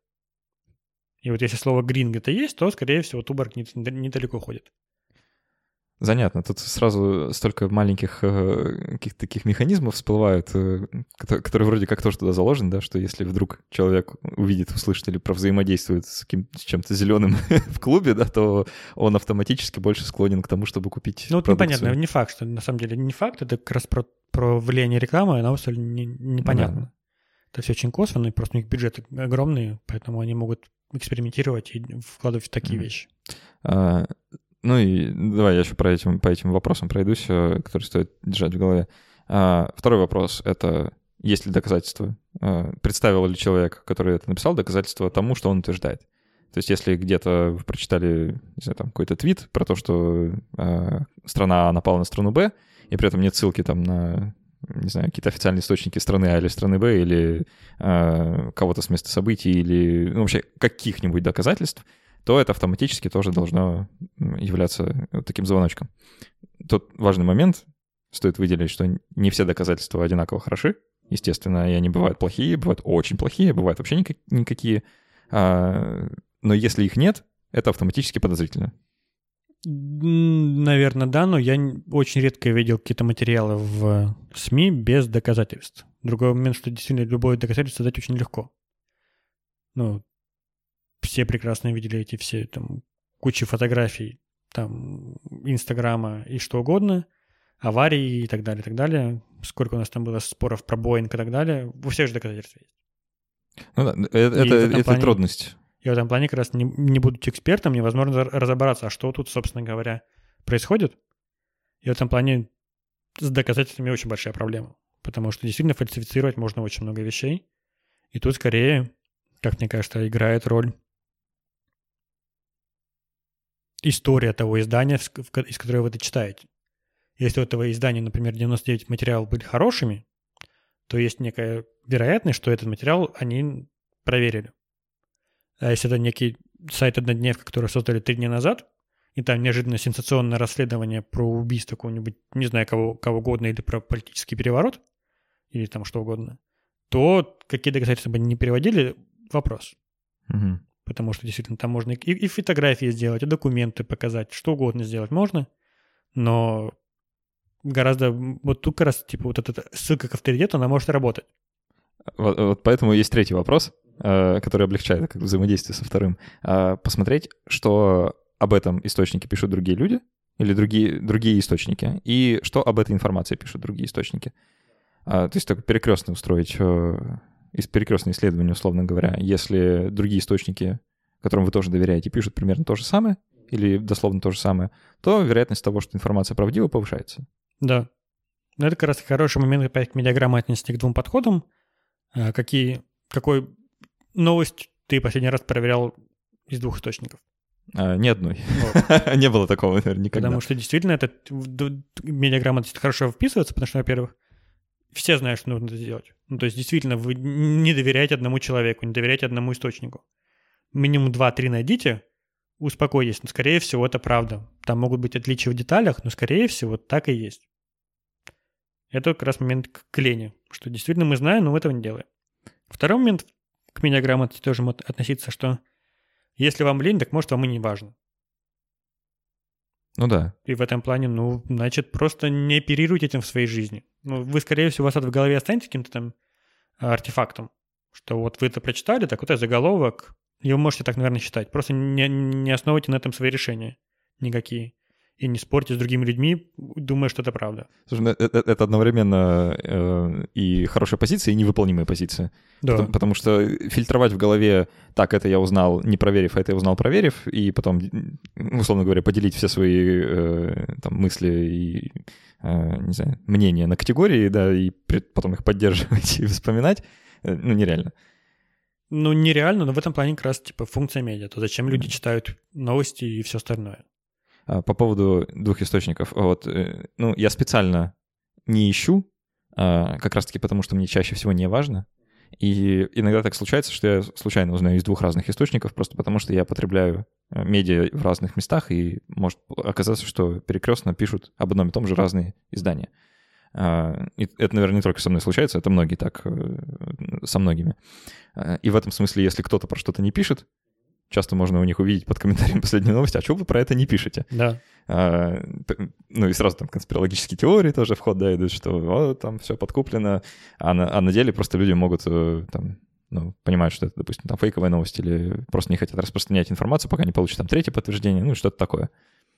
Speaker 2: И вот если слово «green» где-то есть, то, скорее всего, Туборг недалеко ходит.
Speaker 1: Занятно. Тут сразу столько маленьких э, каких-то таких механизмов всплывают, э, которые, которые вроде как тоже туда заложены, да, что если вдруг человек увидит, услышит или провзаимодействует с, каким- с чем-то зеленым в клубе, да, то он автоматически больше склонен к тому, чтобы купить
Speaker 2: Ну, вот
Speaker 1: продукцию.
Speaker 2: непонятно, не факт, что на самом деле не факт, это как раз про, про влияние рекламы, она абсолютно не, непонятно. Да. Это все очень косвенно, и просто у них бюджеты огромные, поэтому они могут экспериментировать и вкладывать в такие mm-hmm. вещи.
Speaker 1: А, ну и давай я еще про этим, по этим вопросам пройдусь, которые стоит держать в голове. А, второй вопрос — это есть ли доказательства? А, представил ли человек, который это написал, доказательства тому, что он утверждает? То есть если где-то вы прочитали, не знаю, там какой-то твит про то, что а, страна А напала на страну Б, и при этом нет ссылки там на, не знаю, какие-то официальные источники страны А или страны Б, или а, кого-то с места событий, или ну, вообще каких-нибудь доказательств, то это автоматически тоже должно являться таким звоночком. Тут важный момент, стоит выделить, что не все доказательства одинаково хороши, естественно, и они бывают плохие, бывают очень плохие, бывают вообще никак- никакие, а, но если их нет, это автоматически подозрительно.
Speaker 2: Наверное, да, но я очень редко видел какие-то материалы в СМИ без доказательств. Другой момент, что действительно любое доказательство дать очень легко. Ну, все прекрасно видели эти все там кучи фотографий, там, Инстаграма и что угодно, аварии и так далее, и так далее. Сколько у нас там было споров про Боинг и так далее. У всех же доказательства есть.
Speaker 1: Ну да, это, это, это плане, трудность.
Speaker 2: И в этом плане как раз не, не будучи экспертом, невозможно разобраться, а что тут, собственно говоря, происходит. И в этом плане с доказательствами очень большая проблема. Потому что действительно фальсифицировать можно очень много вещей. И тут скорее, как мне кажется, играет роль история того издания, из которого вы это читаете. Если у этого издания, например, девяносто девять материалов были хорошими, то есть некая вероятность, что этот материал они проверили. А если это некий сайт-однодневка, который создали три дня назад, и там неожиданно сенсационное расследование про убийство какого-нибудь, не знаю, кого, кого угодно, или про политический переворот, или там что угодно, то какие доказательства бы они не переводили, вопрос.
Speaker 1: Угу.
Speaker 2: Потому что действительно там можно и, и фотографии сделать, и документы показать, что угодно сделать можно, но гораздо... Вот тут как раз типа вот эта ссылка к авторитету, она может работать.
Speaker 1: Вот, вот поэтому есть третий вопрос, который облегчает как взаимодействие со вторым. Посмотреть, что об этом источнике пишут другие люди или другие, другие источники, и что об этой информации пишут другие источники. То есть так перекрестно устроить... перекрестное исследование, условно говоря, если другие источники, которым вы тоже доверяете, пишут примерно то же самое или дословно то же самое, то вероятность того, что информация правдива, повышается.
Speaker 2: Да. Но это как раз хороший момент опять к медиаграмотности, к двум подходам. Какие, какой новость ты последний раз проверял из двух источников?
Speaker 1: А, ни одной. Вот. Не было такого, наверное, никогда.
Speaker 2: Потому что действительно это медиаграмотность хорошо вписывается, потому что, во-первых, все знают, что нужно это сделать. Ну, то есть, действительно, вы не доверяете одному человеку, не доверяете одному источнику. Минимум два-три найдите, успокойтесь. Но, скорее всего, это правда. Там могут быть отличия в деталях, но, скорее всего, так и есть. Это как раз момент к лени, что действительно мы знаем, но мы этого не делаем. Второй момент к медиаграмотности тоже может относиться, что если вам лень, так может вам и не важно.
Speaker 1: Ну да.
Speaker 2: И в этом плане, ну, значит, просто не оперируйте этим в своей жизни. Ну, вы, скорее всего, у вас это в голове останется каким-то там артефактом, что вот вы это прочитали, так вот это заголовок, и вы можете так, наверное, считать. Просто не, не основывайте на этом свои решения никакие. И не спорьте с другими людьми, думая, что это правда.
Speaker 1: Слушай, ну, это, это одновременно э, и хорошая позиция, и невыполнимая позиция.
Speaker 2: Да.
Speaker 1: Потому, потому что фильтровать в голове, так, это я узнал, не проверив, а это я узнал, проверив, и потом, условно говоря, поделить все свои э, там, мысли и, э, не знаю, мнения на категории, да, и потом их поддерживать и вспоминать, э, ну, нереально.
Speaker 2: Ну, нереально, но в этом плане как раз, типа, функция медиа. То зачем люди читают новости и все остальное?
Speaker 1: По поводу двух источников. Вот, ну, я специально не ищу, как раз-таки потому, что мне чаще всего не важно. И иногда так случается, что я случайно узнаю из двух разных источников, просто потому что я потребляю медиа в разных местах, и может оказаться, что перекрестно пишут об одном и том же разные издания. И это, наверное, не только со мной случается, это многие так, со многими. И в этом смысле, если кто-то про что-то не пишет, часто можно у них увидеть под комментарием последней новости, а что вы про это не пишете?
Speaker 2: Да.
Speaker 1: А, ну и сразу там конспирологические теории тоже в ход, да, идут, что о, там все подкуплено, а на, а на деле просто люди могут там, ну, понимают, что это, допустим, там фейковая новость или просто не хотят распространять информацию, пока не получат там третье подтверждение, ну что-то такое.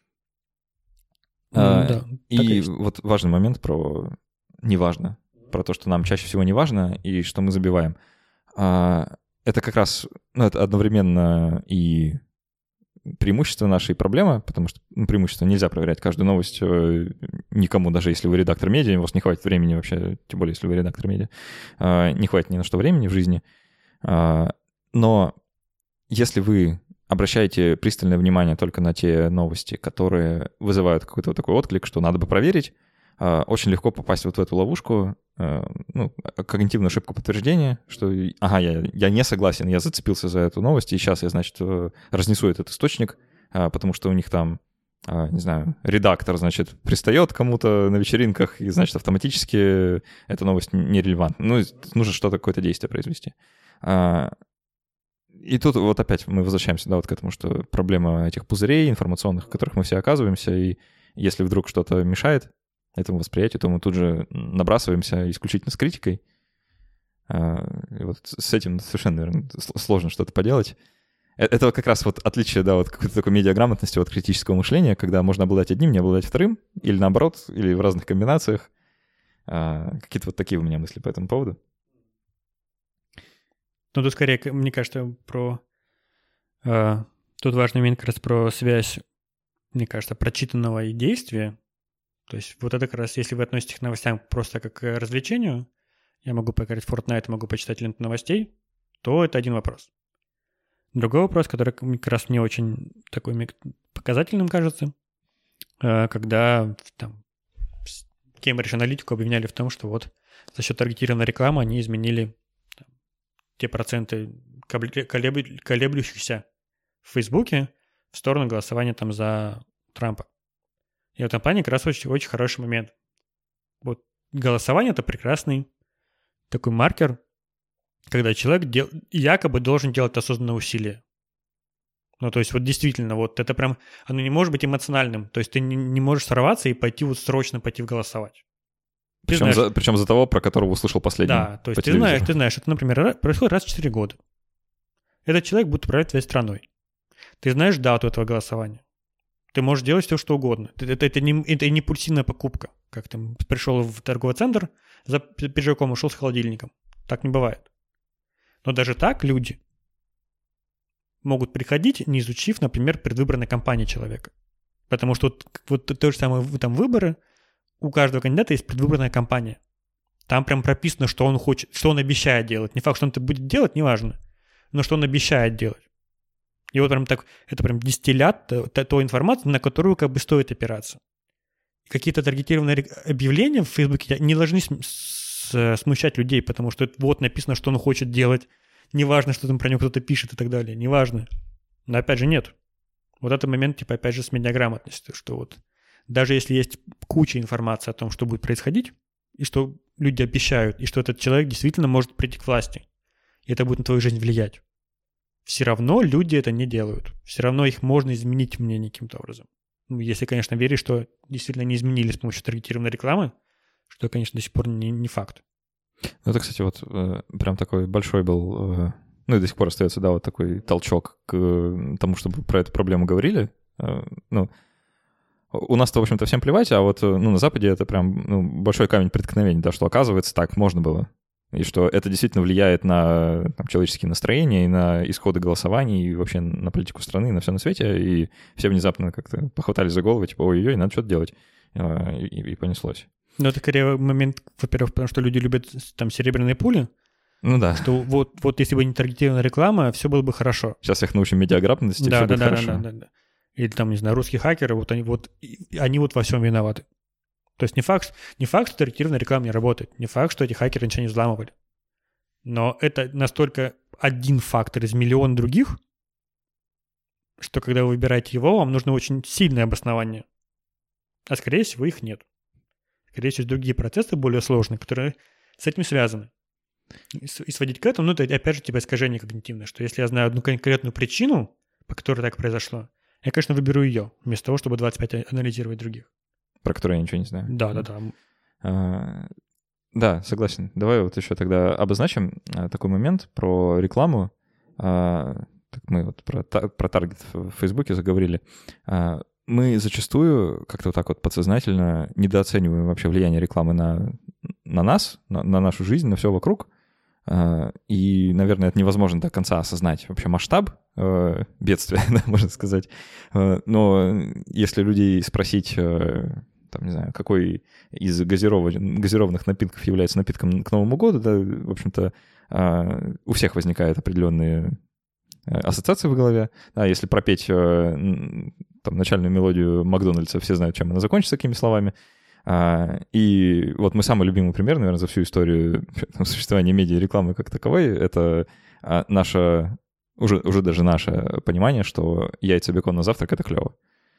Speaker 2: Ну,
Speaker 1: а,
Speaker 2: да,
Speaker 1: и вот важный момент про неважно, про то, что нам чаще всего не важно и что мы забиваем. А, это как раз, ну, это одновременно и преимущество нашей проблемы, потому что ну, преимущество нельзя проверять каждую новость никому, даже если вы редактор медиа, у вас не хватит времени вообще, тем более, если вы редактор медиа, не хватит ни на что времени в жизни. Но если вы обращаете пристальное внимание только на те новости, которые вызывают какой-то вот такой отклик, что надо бы проверить, очень легко попасть вот в эту ловушку, ну, когнитивную ошибку подтверждения, что, ага, я, я не согласен, я зацепился за эту новость, и сейчас я, значит, разнесу этот источник, потому что у них там, не знаю, редактор, значит, пристает кому-то на вечеринках, и, значит, автоматически эта новость нерелевантна. Ну, нужно что-то, какое-то действие произвести. И тут вот опять мы возвращаемся, да, вот к этому, что проблема этих пузырей информационных, в которых мы все оказываемся, и если вдруг что-то мешает этому восприятию, то мы тут же набрасываемся исключительно с критикой. И вот с этим совершенно, наверное, сложно что-то поделать. Это как раз вот отличие, да, вот какой-то такой медиаграмотности от критического мышления, когда можно обладать одним, не обладать вторым, или наоборот, или в разных комбинациях. Какие-то вот такие у меня мысли по этому поводу.
Speaker 2: Ну, тут скорее, мне кажется, про... Э, тут важный момент как раз про связь, мне кажется, прочитанного и действия. То есть вот это как раз, если вы относитесь к новостям просто как к развлечению, я могу поиграть в Fortnite, могу почитать ленту новостей, то это один вопрос. Другой вопрос, который как раз мне очень такой показательным кажется, э, когда там Cambridge Analytica обвиняли в том, что вот за счет таргетированной рекламы они изменили те проценты колеблющихся в Фейсбуке в сторону голосования там за Трампа. И в этом плане как раз очень, очень хороший момент. Вот голосование — это прекрасный такой маркер, когда человек дел, якобы должен делать осознанное усилие. Ну, то есть вот действительно, вот это прям, оно не может быть эмоциональным. То есть ты не, не можешь сорваться и пойти вот срочно пойти голосовать.
Speaker 1: Причем за, причем за того, про которого услышал последний.
Speaker 2: Да, то есть ты знаешь, ты знаешь, это, например, происходит раз в четыре года. Этот человек будет управлять твоей страной. Ты знаешь дату этого голосования. Ты можешь делать все, что угодно. Это, это, это, не, это не импульсивная покупка. Как ты пришел в торговый центр, за пиджаком ушел с холодильником. Так не бывает. Но даже так люди могут приходить, не изучив, например, предвыборной кампании человека. Потому что вот, вот то же самое там выборы, у каждого кандидата есть предвыборная кампания. Там прям прописано, что он хочет, что он обещает делать. Не факт, что он это будет делать, неважно. Но что он обещает делать. И вот прям так, это прям дистиллят той информации, на которую как бы стоит опираться. Какие-то таргетированные объявления в Фейсбуке не должны смущать людей, потому что вот написано, что он хочет делать. Неважно, что там про него кто-то пишет и так далее. Неважно. Но опять же нет. Вот этот момент, типа, опять же, с медиаграмотностью, что вот даже если есть куча информации о том, что будет происходить, и что люди обещают, и что этот человек действительно может прийти к власти, и это будет на твою жизнь влиять, все равно люди это не делают. Все равно их можно изменить мнение каким-то образом. Ну, если, конечно, веришь, что действительно не изменили с помощью таргетированной рекламы, что, конечно, до сих пор не, не факт.
Speaker 1: Ну, это, кстати, вот э, прям такой большой был, э, ну и до сих пор остается, да, вот такой толчок к э, тому, чтобы про эту проблему говорили. Э, ну, у нас-то, в общем-то, всем плевать, а вот ну, на Западе это прям ну, большой камень преткновения, да, что, оказывается, так можно было. И что это действительно влияет на там, человеческие настроения, и на исходы голосований, и вообще на политику страны, и на все на свете. И все внезапно как-то похватались за голову, типа, ой-ой-ой, надо что-то делать. И, и понеслось.
Speaker 2: Ну, это скорее момент, во-первых, потому что люди любят там серебряные пули.
Speaker 1: Ну да.
Speaker 2: Что вот, вот если бы не таргетированная реклама, все было бы хорошо.
Speaker 1: Сейчас их научим медиаграмотности,
Speaker 2: да,
Speaker 1: все
Speaker 2: да,
Speaker 1: будет
Speaker 2: да,
Speaker 1: хорошо.
Speaker 2: Да, да, да, да. Или там, не знаю, русские хакеры, вот они вот, они вот во всем виноваты. То есть не факт, не факт, что таргетированная реклама не работает, не факт, что эти хакеры ничего не взламывали. Но это настолько один фактор из миллиона других, что когда вы выбираете его, вам нужно очень сильное обоснование. А скорее всего их нет. Скорее всего, другие процессы более сложные, которые с этим связаны. И сводить к этому, ну, это опять же типа искажение когнитивное, что если я знаю одну конкретную причину, по которой так произошло, я, конечно, выберу ее, вместо того, чтобы двадцать пять анализировать других.
Speaker 1: Про которые я ничего не знаю.
Speaker 2: Да, да, да.
Speaker 1: А, да, согласен. Давай вот еще тогда обозначим а, такой момент про рекламу. А, так мы вот про, про таргет в Фейсбуке заговорили. А, мы зачастую как-то вот так вот подсознательно недооцениваем вообще влияние рекламы на, на нас, на, на нашу жизнь, на все вокруг. И, наверное, это невозможно до конца осознать вообще масштаб э, бедствия, да, можно сказать. Но если людей спросить, э, там, не знаю, какой из газиров... газированных напитков является напитком к Новому году, да, в общем-то, э, у всех возникают определенные ассоциации в голове. А если пропеть э, там, начальную мелодию Макдональдса, все знают, чем она закончится, какими словами. А, и вот мой самый любимый пример, наверное, за всю историю существования медиа и рекламы как таковой, это а, наше, уже, уже даже наше понимание, что яйца, бекон на завтрак — это клево.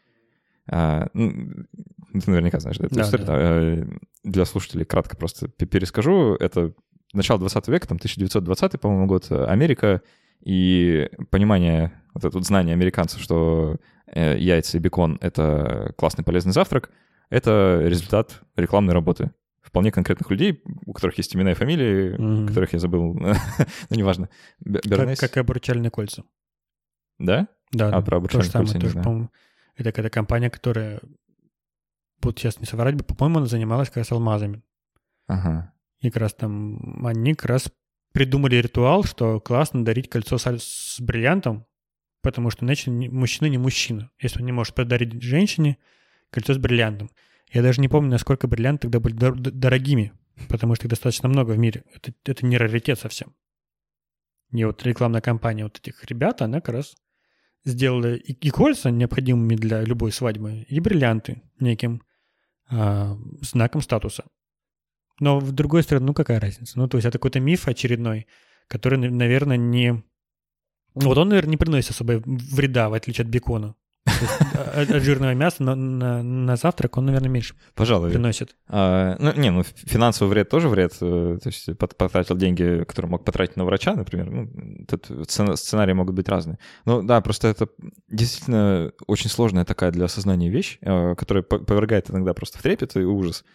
Speaker 1: А, ну, ты наверняка знаешь, да, эту да, историю. Да. Да. Для слушателей кратко просто перескажу. Это начало двадцатого века, там тысяча девятьсот двадцатый, по-моему, год, Америка, и понимание, вот это вот знание американцев, что яйца и бекон — это классный полезный завтрак, это результат рекламной работы вполне конкретных людей, у которых есть имена и фамилии, mm-hmm. которых я забыл, но неважно.
Speaker 2: Как, как и обручальные кольца.
Speaker 1: Да?
Speaker 2: Да.
Speaker 1: А про обручальные
Speaker 2: то же
Speaker 1: кольца
Speaker 2: самое,
Speaker 1: не знаю.
Speaker 2: Это какая-то компания, которая, вот сейчас не соврать, по-моему, она занималась как раз алмазами.
Speaker 1: Ага.
Speaker 2: И как раз там они как раз придумали ритуал, что классно дарить кольцо с, с бриллиантом, потому что иначе мужчина не мужчина, если он не может подарить женщине кольцо с бриллиантом. Я даже не помню, насколько бриллианты тогда были дор- дорогими, потому что их достаточно много в мире. Это, это не раритет совсем. И вот рекламная кампания вот этих ребят, она как раз сделала и, и кольца, необходимыми для любой свадьбы, и бриллианты неким а, знаком статуса. Но в другой стороне, ну какая разница? Ну то есть это какой-то миф очередной, который, наверное, не... Вот он, наверное, не приносит особо вреда, в отличие от бекона. От, от жирного мяса на, на, на завтрак он, наверное, меньше
Speaker 1: Пожалуй.
Speaker 2: приносит.
Speaker 1: А, ну, не, ну, финансовый вред тоже вред. То есть потратил деньги, которые мог потратить на врача, например. Ну, тут сценарии могут быть разные. Ну, да, просто это действительно очень сложная такая для осознания вещь, которая повергает иногда просто в трепет и ужас.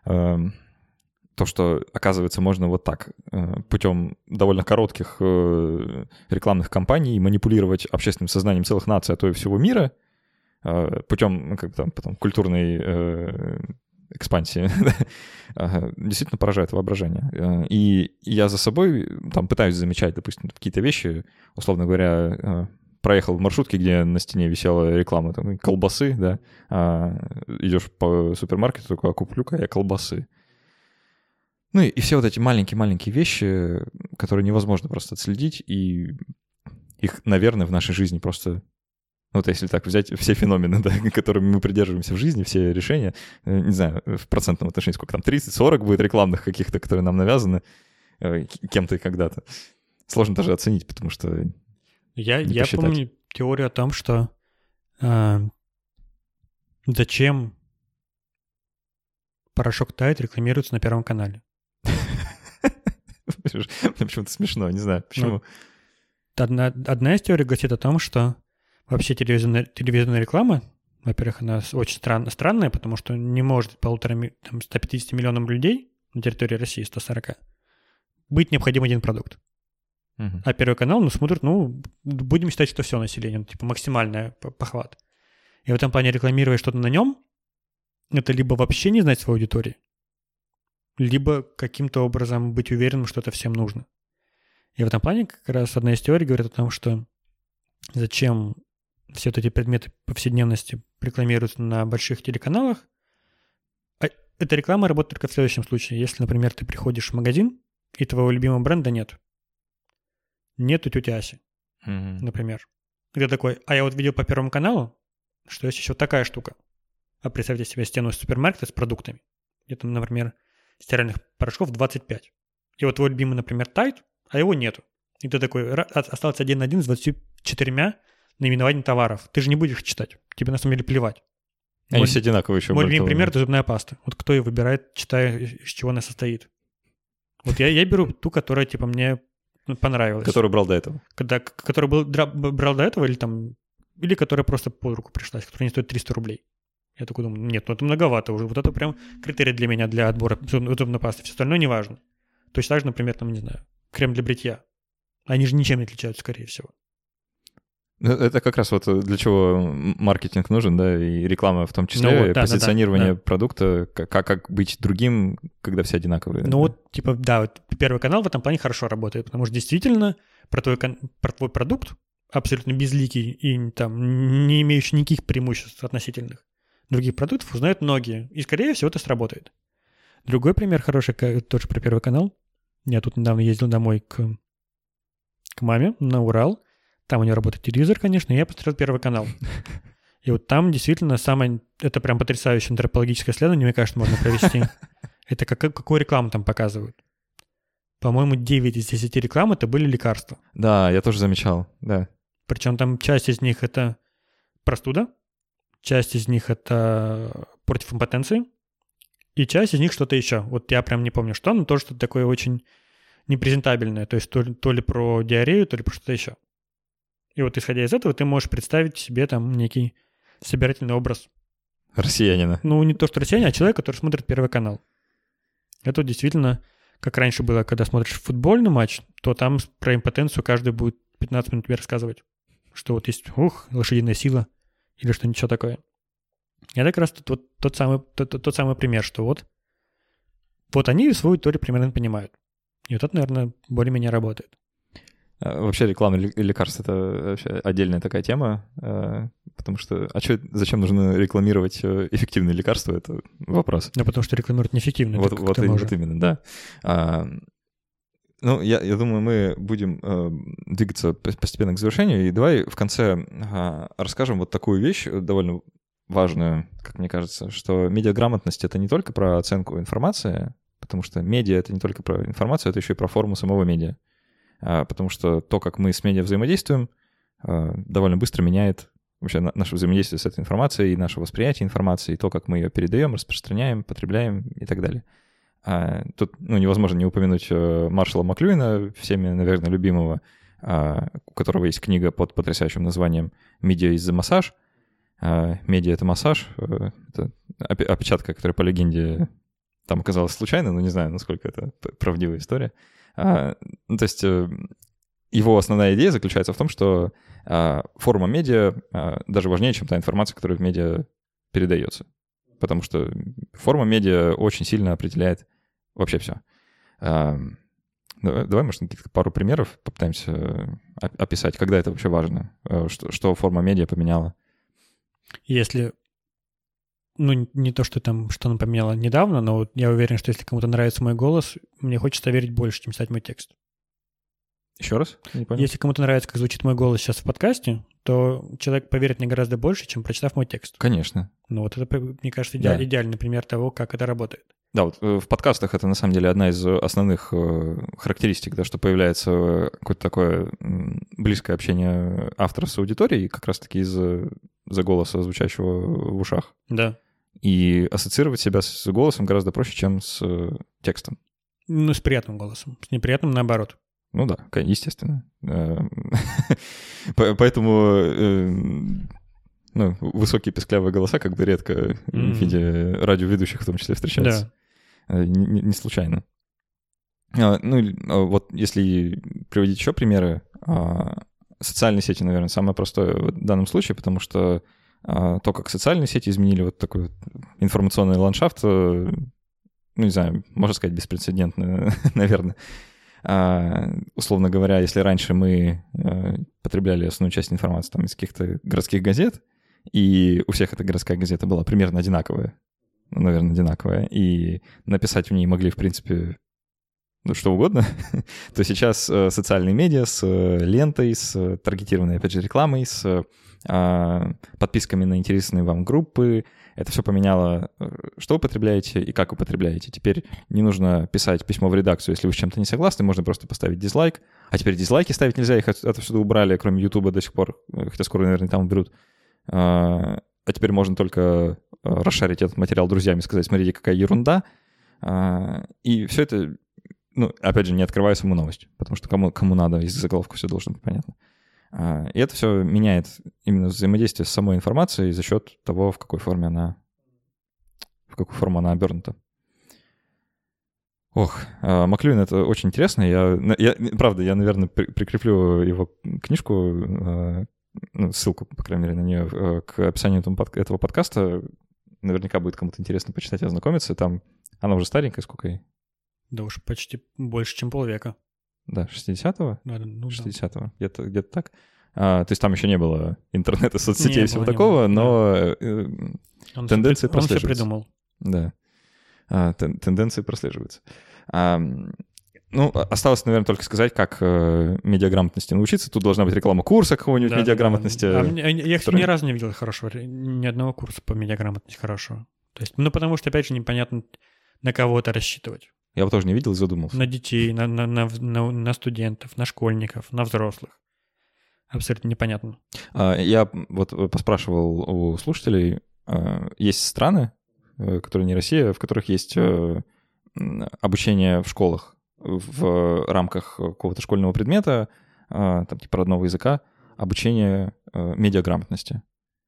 Speaker 1: То, что, оказывается, можно вот так, путем довольно коротких рекламных кампаний манипулировать общественным сознанием целых наций, а то и всего мира, путем, ну, как бы там, потом, культурной экспансии, действительно поражает воображение. И я за собой там пытаюсь замечать, допустим, какие-то вещи, условно говоря, проехал в маршрутке, где на стене висела реклама там, колбасы, да, идешь по супермаркету, такой, а куплю-ка я колбасы. Ну и, и все вот эти маленькие-маленькие вещи, которые невозможно просто отследить, и их, наверное, в нашей жизни просто... Вот если так взять все феномены, да, которыми мы придерживаемся в жизни, все решения, не знаю, в процентном отношении сколько там, тридцать-сорок будет рекламных каких-то, которые нам навязаны кем-то и когда-то. Сложно даже оценить, потому что
Speaker 2: Я, я помню теорию о том, что э, зачем порошок Tide рекламируется на Первом канале.
Speaker 1: Мне почему-то смешно, не знаю, почему.
Speaker 2: Одна, одна из теорий гласит о том, что вообще телевизионная, телевизионная реклама, во-первых, она очень странная, странная, потому что не может полутора, там, ста пятидесяти миллионам людей на территории России, ста сорока, быть необходим один продукт. Uh-huh. А Первый канал, ну, смотрит, ну, будем считать, что все население, ну, типа максимальный похват. И в этом плане рекламировать что-то на нем, это либо вообще не знать своей аудитории, либо каким-то образом быть уверенным, что это всем нужно. И в этом плане как раз одна из теорий говорит о том, что зачем все вот эти предметы повседневности рекламируются на больших телеканалах. А эта реклама работает только в следующем случае. Если, например, ты приходишь в магазин, и твоего любимого бренда нет. Нет у тети Аси, mm-hmm. например. И ты такой, а я вот видел по Первому каналу, что есть еще такая штука. А представьте себе стену супермаркета с продуктами. Где там, например, стиральных порошков двадцать пять. И вот твой любимый, например, Tide, а его нету. И ты такой, остался один на один с двадцатью четырьмя наименованиями товаров. Ты же не будешь читать. Тебе на самом деле плевать.
Speaker 1: Они мой, все одинаковые еще.
Speaker 2: Мой любимый пример — это зубная паста. Вот кто ее выбирает, читая, из чего она состоит. Вот я, я беру ту, которая, типа, мне понравилась.
Speaker 1: Которую брал до этого.
Speaker 2: Когда, которую был, брал до этого, или там, или которая просто под руку пришлась, которая не стоит триста рублей. Я такой думаю, нет, ну это многовато уже. Вот это прям критерий для меня, для отбора зубной пасты. Все остальное не важно. Точно так же, например, там, не знаю, крем для бритья. Они же ничем не отличаются, скорее всего.
Speaker 1: Это как раз вот для чего маркетинг нужен, да, и реклама в том числе, ну, вот, да, позиционирование да, да. продукта, как, как быть другим, когда все одинаковые.
Speaker 2: Ну да. Вот, типа, да, вот Первый канал в этом плане хорошо работает, потому что действительно про твой, про твой продукт абсолютно безликий и там не имеющий никаких преимуществ относительных других продуктов узнают многие, и, скорее всего, это сработает. Другой пример хороший, тоже про Первый канал. Я тут недавно ездил домой к, к маме на Урал. Там у нее работает телевизор, конечно, и я посмотрел Первый канал. И вот там действительно самое... Это прям потрясающее антропологическое исследование, мне кажется, можно провести. Это как, какую рекламу там показывают. По-моему, девять из десяти реклам это были лекарства.
Speaker 1: Да, я тоже замечал, да.
Speaker 2: Причем там часть из них это простуда, часть из них это против импотенции, и часть из них что-то еще. Вот я прям не помню что, но тоже что-то такое очень непрезентабельное. То есть то, то ли про диарею, то ли про что-то еще. И вот исходя из этого ты можешь представить себе там некий собирательный образ.
Speaker 1: Россиянина.
Speaker 2: Ну, не то, что россиянин, а человек, который смотрит Первый канал. Это действительно, как раньше было, когда смотришь футбольный матч, то там про импотенцию каждый будет пятнадцать минут тебе рассказывать, что вот есть, ух, лошадиная сила или что-нибудь еще такое. И это как раз тот, вот, тот, самый, тот, тот самый пример, что вот, вот они свою аудиторию примерно понимают. И вот это, наверное, более-менее работает.
Speaker 1: Вообще реклама лекарств — это вообще отдельная такая тема, потому что а что, зачем нужно рекламировать эффективные лекарства, это вопрос.
Speaker 2: Ну, потому что рекламируют неэффективные.
Speaker 1: Вот, вот, и, вот именно, да. А, ну, я, я думаю, мы будем а, двигаться постепенно к завершению, и давай в конце а, расскажем вот такую вещь довольно важную, как мне кажется, что медиаграмотность — это не только про оценку информации, потому что медиа — это не только про информацию, это еще и про форму самого медиа. Потому что то, как мы с медиа взаимодействуем, довольно быстро меняет вообще наше взаимодействие с этой информацией, наше восприятие информации, и то, как мы ее передаем, распространяем, потребляем и так далее. Тут ну, невозможно не упомянуть Маршала Маклюина, всеми, наверное, любимого, у которого есть книга под потрясающим названием «Media is the massage». Медиа — это массаж. Это опечатка, которая по легенде там оказалась случайно, но не знаю, насколько это правдивая история. А, ну, то есть его основная идея заключается в том, что а, форма медиа а, даже важнее, чем та информация, которая в медиа передается. Потому что форма медиа очень сильно определяет вообще все. А, давай, давай, может, какие-то пару примеров попытаемся описать, когда это вообще важно, что, что форма медиа поменяла.
Speaker 2: Если... Ну, не то, что там, что она поменяла недавно, но вот я уверен, что если кому-то нравится мой голос, мне хочется верить больше, чем читать мой текст.
Speaker 1: Еще раз? Не понял.
Speaker 2: Если кому-то нравится, как звучит мой голос сейчас в подкасте, то человек поверит мне гораздо больше, чем прочитав мой текст.
Speaker 1: Конечно.
Speaker 2: Ну вот это, мне кажется, иде...
Speaker 1: Да.
Speaker 2: идеальный пример того, как это работает.
Speaker 1: Да, вот в подкастах это на самом деле одна из основных характеристик, да, что появляется какое-то такое близкое общение автора с аудиторией, как раз-таки из-за из-за голоса, звучащего в ушах.
Speaker 2: Да.
Speaker 1: И ассоциировать себя с голосом гораздо проще, чем с текстом.
Speaker 2: Ну, с приятным голосом. С неприятным наоборот.
Speaker 1: Ну да, естественно. Поэтому ну, высокие песклявые голоса как бы редко в виде радиоведущих в том числе встречаются. Да. Не, не случайно. Ну, вот если приводить еще примеры, социальные сети, наверное, самое простое в данном случае, потому что то, как социальные сети изменили вот такой вот информационный ландшафт, ну, не знаю, можно сказать, беспрецедентно, наверное. Uh, условно говоря, если раньше мы uh, потребляли основную часть информации там, из каких-то городских газет, и у всех эта городская газета была примерно одинаковая, ну, наверное, одинаковая, и написать в ней могли, в принципе, ну, что угодно, то сейчас uh, социальные медиа с uh, лентой, с uh, таргетированной, опять же, рекламой, с uh, подписками на интересные вам группы. Это все поменяло, что вы потребляете и как вы потребляете. Теперь не нужно писать письмо в редакцию, если вы с чем-то не согласны, можно просто поставить дизлайк. А теперь дизлайки ставить нельзя, их отсюда убрали, кроме Ютуба до сих пор, хотя скоро, наверное, там уберут. А теперь можно только расшарить этот материал друзьям и сказать, смотрите, какая ерунда. И все это, ну, опять же, не открывая саму новость, потому что кому, кому надо, из заголовка все должно быть понятно. И это все меняет именно взаимодействие с самой информацией за счет того, в какой форме она, в какую форму она обернута. Ох, Маклюин — это очень интересно. Я, я, правда, я, наверное, при, прикреплю его книжку, ну, ссылку, по крайней мере, на нее к описанию этого подкаста. Наверняка будет кому-то интересно почитать и ознакомиться. Там она уже старенькая, сколько ей?
Speaker 2: Да уж почти больше, чем полвека.
Speaker 1: Да, шестидесятого?
Speaker 2: Ну,
Speaker 1: шестидесятого, да. где-то, где-то так. А, то есть там еще не было интернета, соцсетей и всего
Speaker 2: было,
Speaker 1: такого,
Speaker 2: было,
Speaker 1: но
Speaker 2: да.
Speaker 1: э,
Speaker 2: он
Speaker 1: тенденции
Speaker 2: все,
Speaker 1: прослеживаются.
Speaker 2: Он все придумал.
Speaker 1: Да, а, тен, тенденции прослеживаются. А, ну, осталось, наверное, только сказать, как э, медиаграмотности научиться. Тут должна быть реклама курса какого-нибудь да, медиаграмотности. Да, да.
Speaker 2: А я, который... ни разу не видел хорошего, ни одного курса по медиаграмотности хорошего. То есть, ну, потому что, опять же, непонятно, на кого это рассчитывать.
Speaker 1: Я его тоже не видел и задумался.
Speaker 2: На детей, на, на, на, на, на студентов, на школьников, на взрослых. Абсолютно непонятно.
Speaker 1: Я вот поспрашивал у слушателей. Есть страны, которые не Россия, в которых есть обучение в школах в рамках какого-то школьного предмета, там типа родного языка, обучение медиаграмотности.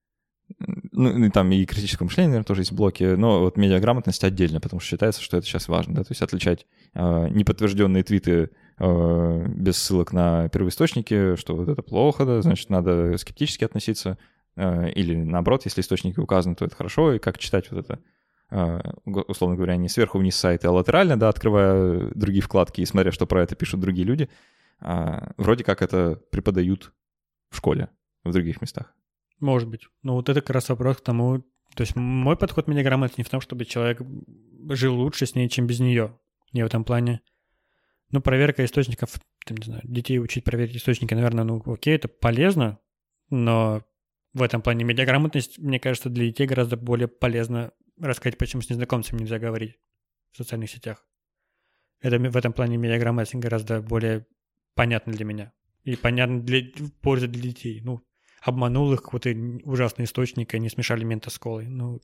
Speaker 1: Ну, и там и критическое мышление, наверное, тоже есть блоки, но вот медиаграмотность отдельно, потому что считается, что это сейчас важно, да, то есть отличать э, неподтвержденные твиты э, без ссылок на первоисточники, что вот это плохо, да, значит, надо скептически относиться, э, или наоборот, если источники указаны, то это хорошо, и как читать вот это, э, условно говоря, не сверху вниз сайта, а латерально, да, открывая другие вкладки и смотря, что про это пишут другие люди, э, вроде как это преподают в школе, в других местах.
Speaker 2: Может быть. Ну, вот это как раз вопрос к тому... То есть мой подход к медиаграмотности не в том, чтобы человек жил лучше с ней, чем без нее. Не в этом плане. Ну, проверка источников, там, не знаю, детей учить проверить источники, наверное, ну, окей, это полезно, но в этом плане медиаграмотность, мне кажется, для детей гораздо более полезно рассказать, почему с незнакомцами нельзя говорить в социальных сетях. Это в этом плане медиаграмотность гораздо более понятна для меня. И понятна для пользы для детей. Ну, обманул их какой-то ужасный источник, и они смешали мента с колой. Ну,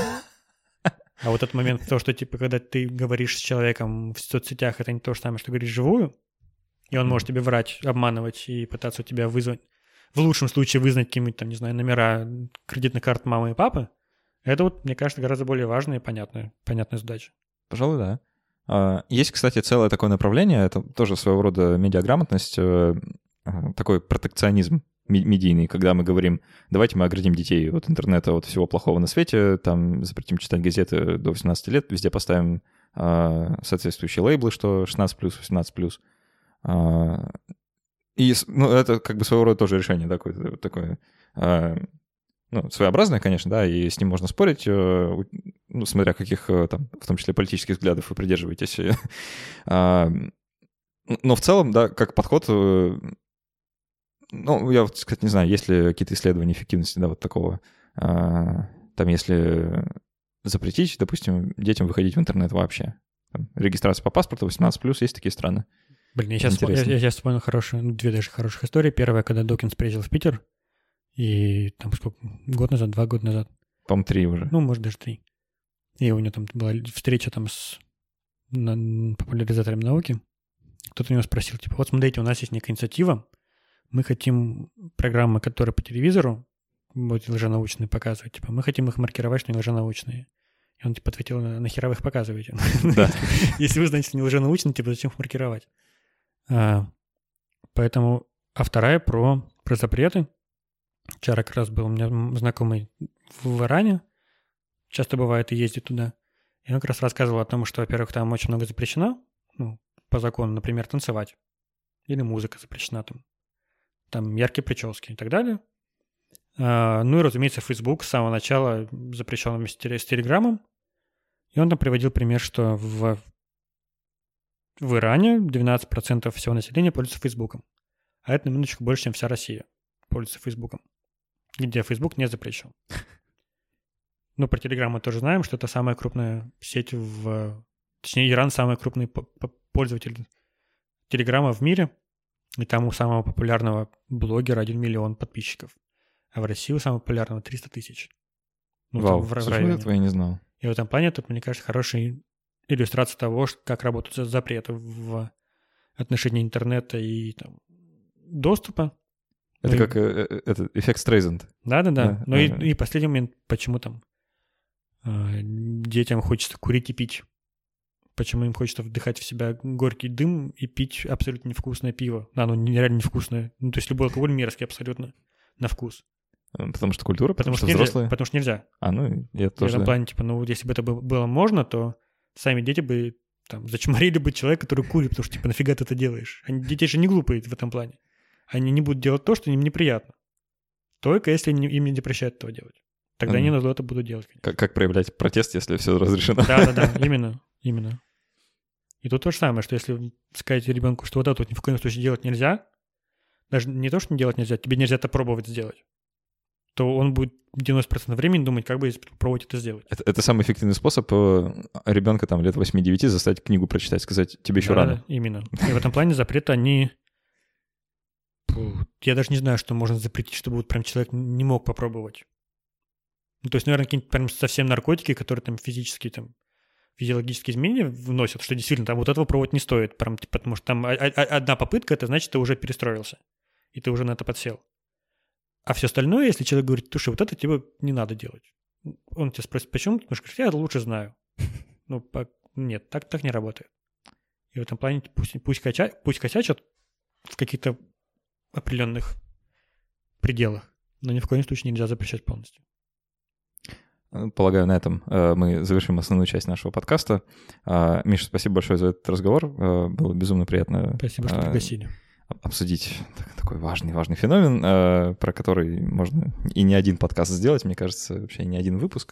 Speaker 2: а вот этот момент, то, что, типа, когда ты говоришь с человеком в соцсетях, это не то же самое, что говоришь вживую, и он может тебе врать, обманывать и пытаться тебя вызвать, в лучшем случае вызнать какие-нибудь, там, не знаю, номера кредитных карт мамы и папы, это вот, мне кажется, гораздо более важная и понятная, понятная задача.
Speaker 1: Пожалуй, да. Есть, кстати, целое такое направление, это тоже своего рода медиаграмотность, такой протекционизм медийный, когда мы говорим, давайте мы оградим детей от интернета, от всего плохого на свете, там запретим читать газеты до восемнадцати лет, везде поставим э, соответствующие лейблы, что шестнадцать плюс, восемнадцать плюс. Э, и, ну, это как бы своего рода тоже решение, да, какое-то такое, э, ну, своеобразное, конечно, да, и с ним можно спорить, э, ну, смотря каких, там, в том числе политических взглядов вы придерживаетесь. Но в целом, да, как подход, ну, я, вот, кстати, не знаю, есть ли какие-то исследования эффективности, да, вот такого. Там, если запретить, допустим, детям выходить в интернет вообще. Там, регистрация по паспорту восемнадцать плюс, есть такие страны.
Speaker 2: Блин, я сейчас, я, я сейчас вспомнил хорошую, ну, две даже хороших истории. Первая, когда Докинс приезжал в Питер, и там сколько, год назад, два года назад.
Speaker 1: По-моему, три уже.
Speaker 2: Ну, может, даже три. И у него там была встреча там с популяризатором науки. Кто-то у него спросил, типа, вот смотрите, у нас есть некая инициатива, мы хотим программы, которые по телевизору будут лженаучные показывать, типа, мы хотим их маркировать, что они лженаучные. И он, типа, ответил, нахера вы их показываете?
Speaker 1: Да.
Speaker 2: Если вы знаете, что они лженаучные, типа, зачем их маркировать? А, поэтому, а вторая про, про запреты. Вчера как раз был у меня знакомый в Иране, часто бывает и ездит туда, и он как раз рассказывал о том, что, во-первых, там очень много запрещено, ну, по закону, например, танцевать, или музыка запрещена там, там яркие прически и так далее. А, ну и, разумеется, Facebook с самого начала запрещен вместе с Телеграмом, и он там приводил пример, что в В Иране двенадцать процентов всего населения пользуется Фейсбуком. А это на минуточку больше, чем вся Россия пользуется Фейсбуком. Где Фейсбук не запрещен. Ну, про Телеграм мы тоже знаем, что это самая крупная сеть в... Точнее, Иран самый крупный пользователь Телеграма в мире. И там у самого популярного блогера один миллион подписчиков. А в России у самого популярного триста тысяч. Ну,
Speaker 1: Вау,
Speaker 2: в
Speaker 1: слушай, этого я не знал.
Speaker 2: И в этом плане тут, мне кажется, хороший... иллюстрация того, как работают запреты в отношении интернета и там, доступа.
Speaker 1: Это
Speaker 2: ну,
Speaker 1: как и... э, это, эффект Стрейзанд.
Speaker 2: Да-да-да.
Speaker 1: Да,
Speaker 2: Но
Speaker 1: да,
Speaker 2: и,
Speaker 1: да.
Speaker 2: и последний момент, почему там э, детям хочется курить и пить. Почему им хочется вдыхать в себя горький дым и пить абсолютно невкусное пиво. Да, оно нереально невкусное. Ну, то есть любой алкоголь мерзкий абсолютно на вкус.
Speaker 1: Потому что культура, потому,
Speaker 2: Потому
Speaker 1: что,
Speaker 2: что нельзя,
Speaker 1: взрослые.
Speaker 2: Потому что нельзя.
Speaker 1: А, ну, я
Speaker 2: В
Speaker 1: тоже...
Speaker 2: этом плане, типа, ну, вот если бы это было можно, то сами дети бы там зачморили бы человека, который курит, потому что, типа, нафига ты это делаешь? Они, дети же не глупые в этом плане. Они не будут делать то, что им неприятно. Только если не, им не запрещают этого делать. Тогда
Speaker 1: Mm.
Speaker 2: они на это будут делать, конечно.
Speaker 1: Как, как проявлять протест, если все разрешено?
Speaker 2: Да-да-да, именно, именно. И тут то же самое, что если сказать ребенку, что вот это вот ни в коем случае делать нельзя, даже не то, что не делать нельзя, тебе нельзя это пробовать сделать, то он будет девяносто процентов времени думать, как бы пробовать это сделать.
Speaker 1: Это, это самый эффективный способ ребенка там лет восемь-девять заставить книгу прочитать, сказать, тебе еще
Speaker 2: да,
Speaker 1: рано.
Speaker 2: Да, именно. И в этом плане запреты, они... Я даже не знаю, что можно запретить, чтобы вот прям человек не мог попробовать. Ну, то есть, наверное, какие-нибудь прям совсем наркотики, которые там физические, там, физиологические изменения вносят, что действительно там вот этого пробовать не стоит, прям, потому что там одна попытка, это значит, ты уже перестроился, и ты уже на это подсел. А все остальное, если человек говорит, слушай, вот это тебе не надо делать. Он тебя спросит, почему? Потому что я это лучше знаю. Ну, по... нет, так, так не работает. И в этом плане пусть, пусть, кача... пусть косячат в каких-то определенных пределах, но ни в коем случае нельзя запрещать полностью.
Speaker 1: Полагаю, на этом мы завершим основную часть нашего подкаста. Миша, спасибо большое за этот разговор. Было безумно приятно.
Speaker 2: Спасибо, что пригласили.
Speaker 1: Обсудить такой важный, важный феномен, про который можно и не один подкаст сделать, мне кажется, вообще не один выпуск.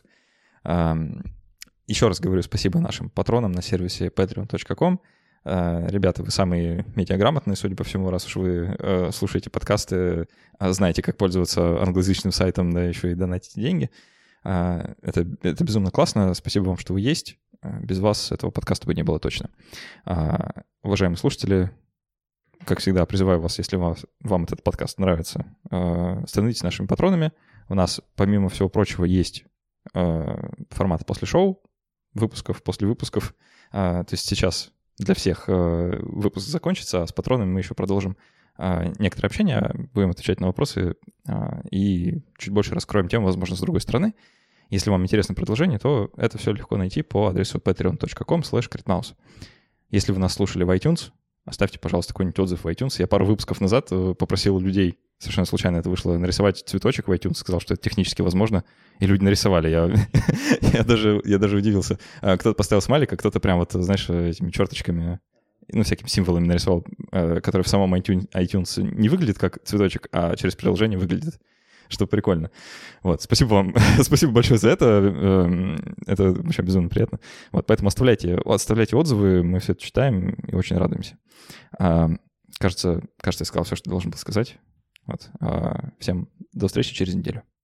Speaker 1: Еще раз говорю спасибо нашим патронам на сервисе патреон точка ком. Ребята, вы самые медиаграмотные, судя по всему, раз уж вы слушаете подкасты, знаете, как пользоваться англоязычным сайтом, да еще и донатить деньги. Это, это безумно классно. Спасибо вам, что вы есть. Без вас этого подкаста бы не было точно. Уважаемые слушатели, как всегда, призываю вас, если вам, вам этот подкаст нравится, становитесь нашими патронами. У нас, помимо всего прочего, есть формат после шоу, выпусков, после выпусков. То есть сейчас для всех выпуск закончится, а с патронами мы еще продолжим некоторое общение, будем отвечать на вопросы и чуть больше раскроем тему, возможно, с другой стороны. Если вам интересно продолжение, то это все легко найти по адресу патреон точка ком слэш критмаус. Если вы нас слушали в iTunes, оставьте, пожалуйста, какой-нибудь отзыв в iTunes. Я пару выпусков назад попросил людей, совершенно случайно это вышло, нарисовать цветочек в iTunes, сказал, что это технически возможно, и люди нарисовали. Я, я, даже, я даже удивился. Кто-то поставил смайлик, а кто-то прям вот, знаешь, этими черточками, ну, всякими символами нарисовал, которые в самом iTunes, iTunes не выглядит как цветочек, а через приложение выглядит. что прикольно. Вот, спасибо вам, спасибо большое за это, это вообще безумно приятно. Вот, поэтому оставляйте, оставляйте отзывы, мы все это читаем и очень радуемся. Кажется, кажется, я сказал все, что должен был сказать. Вот. Всем до встречи через неделю.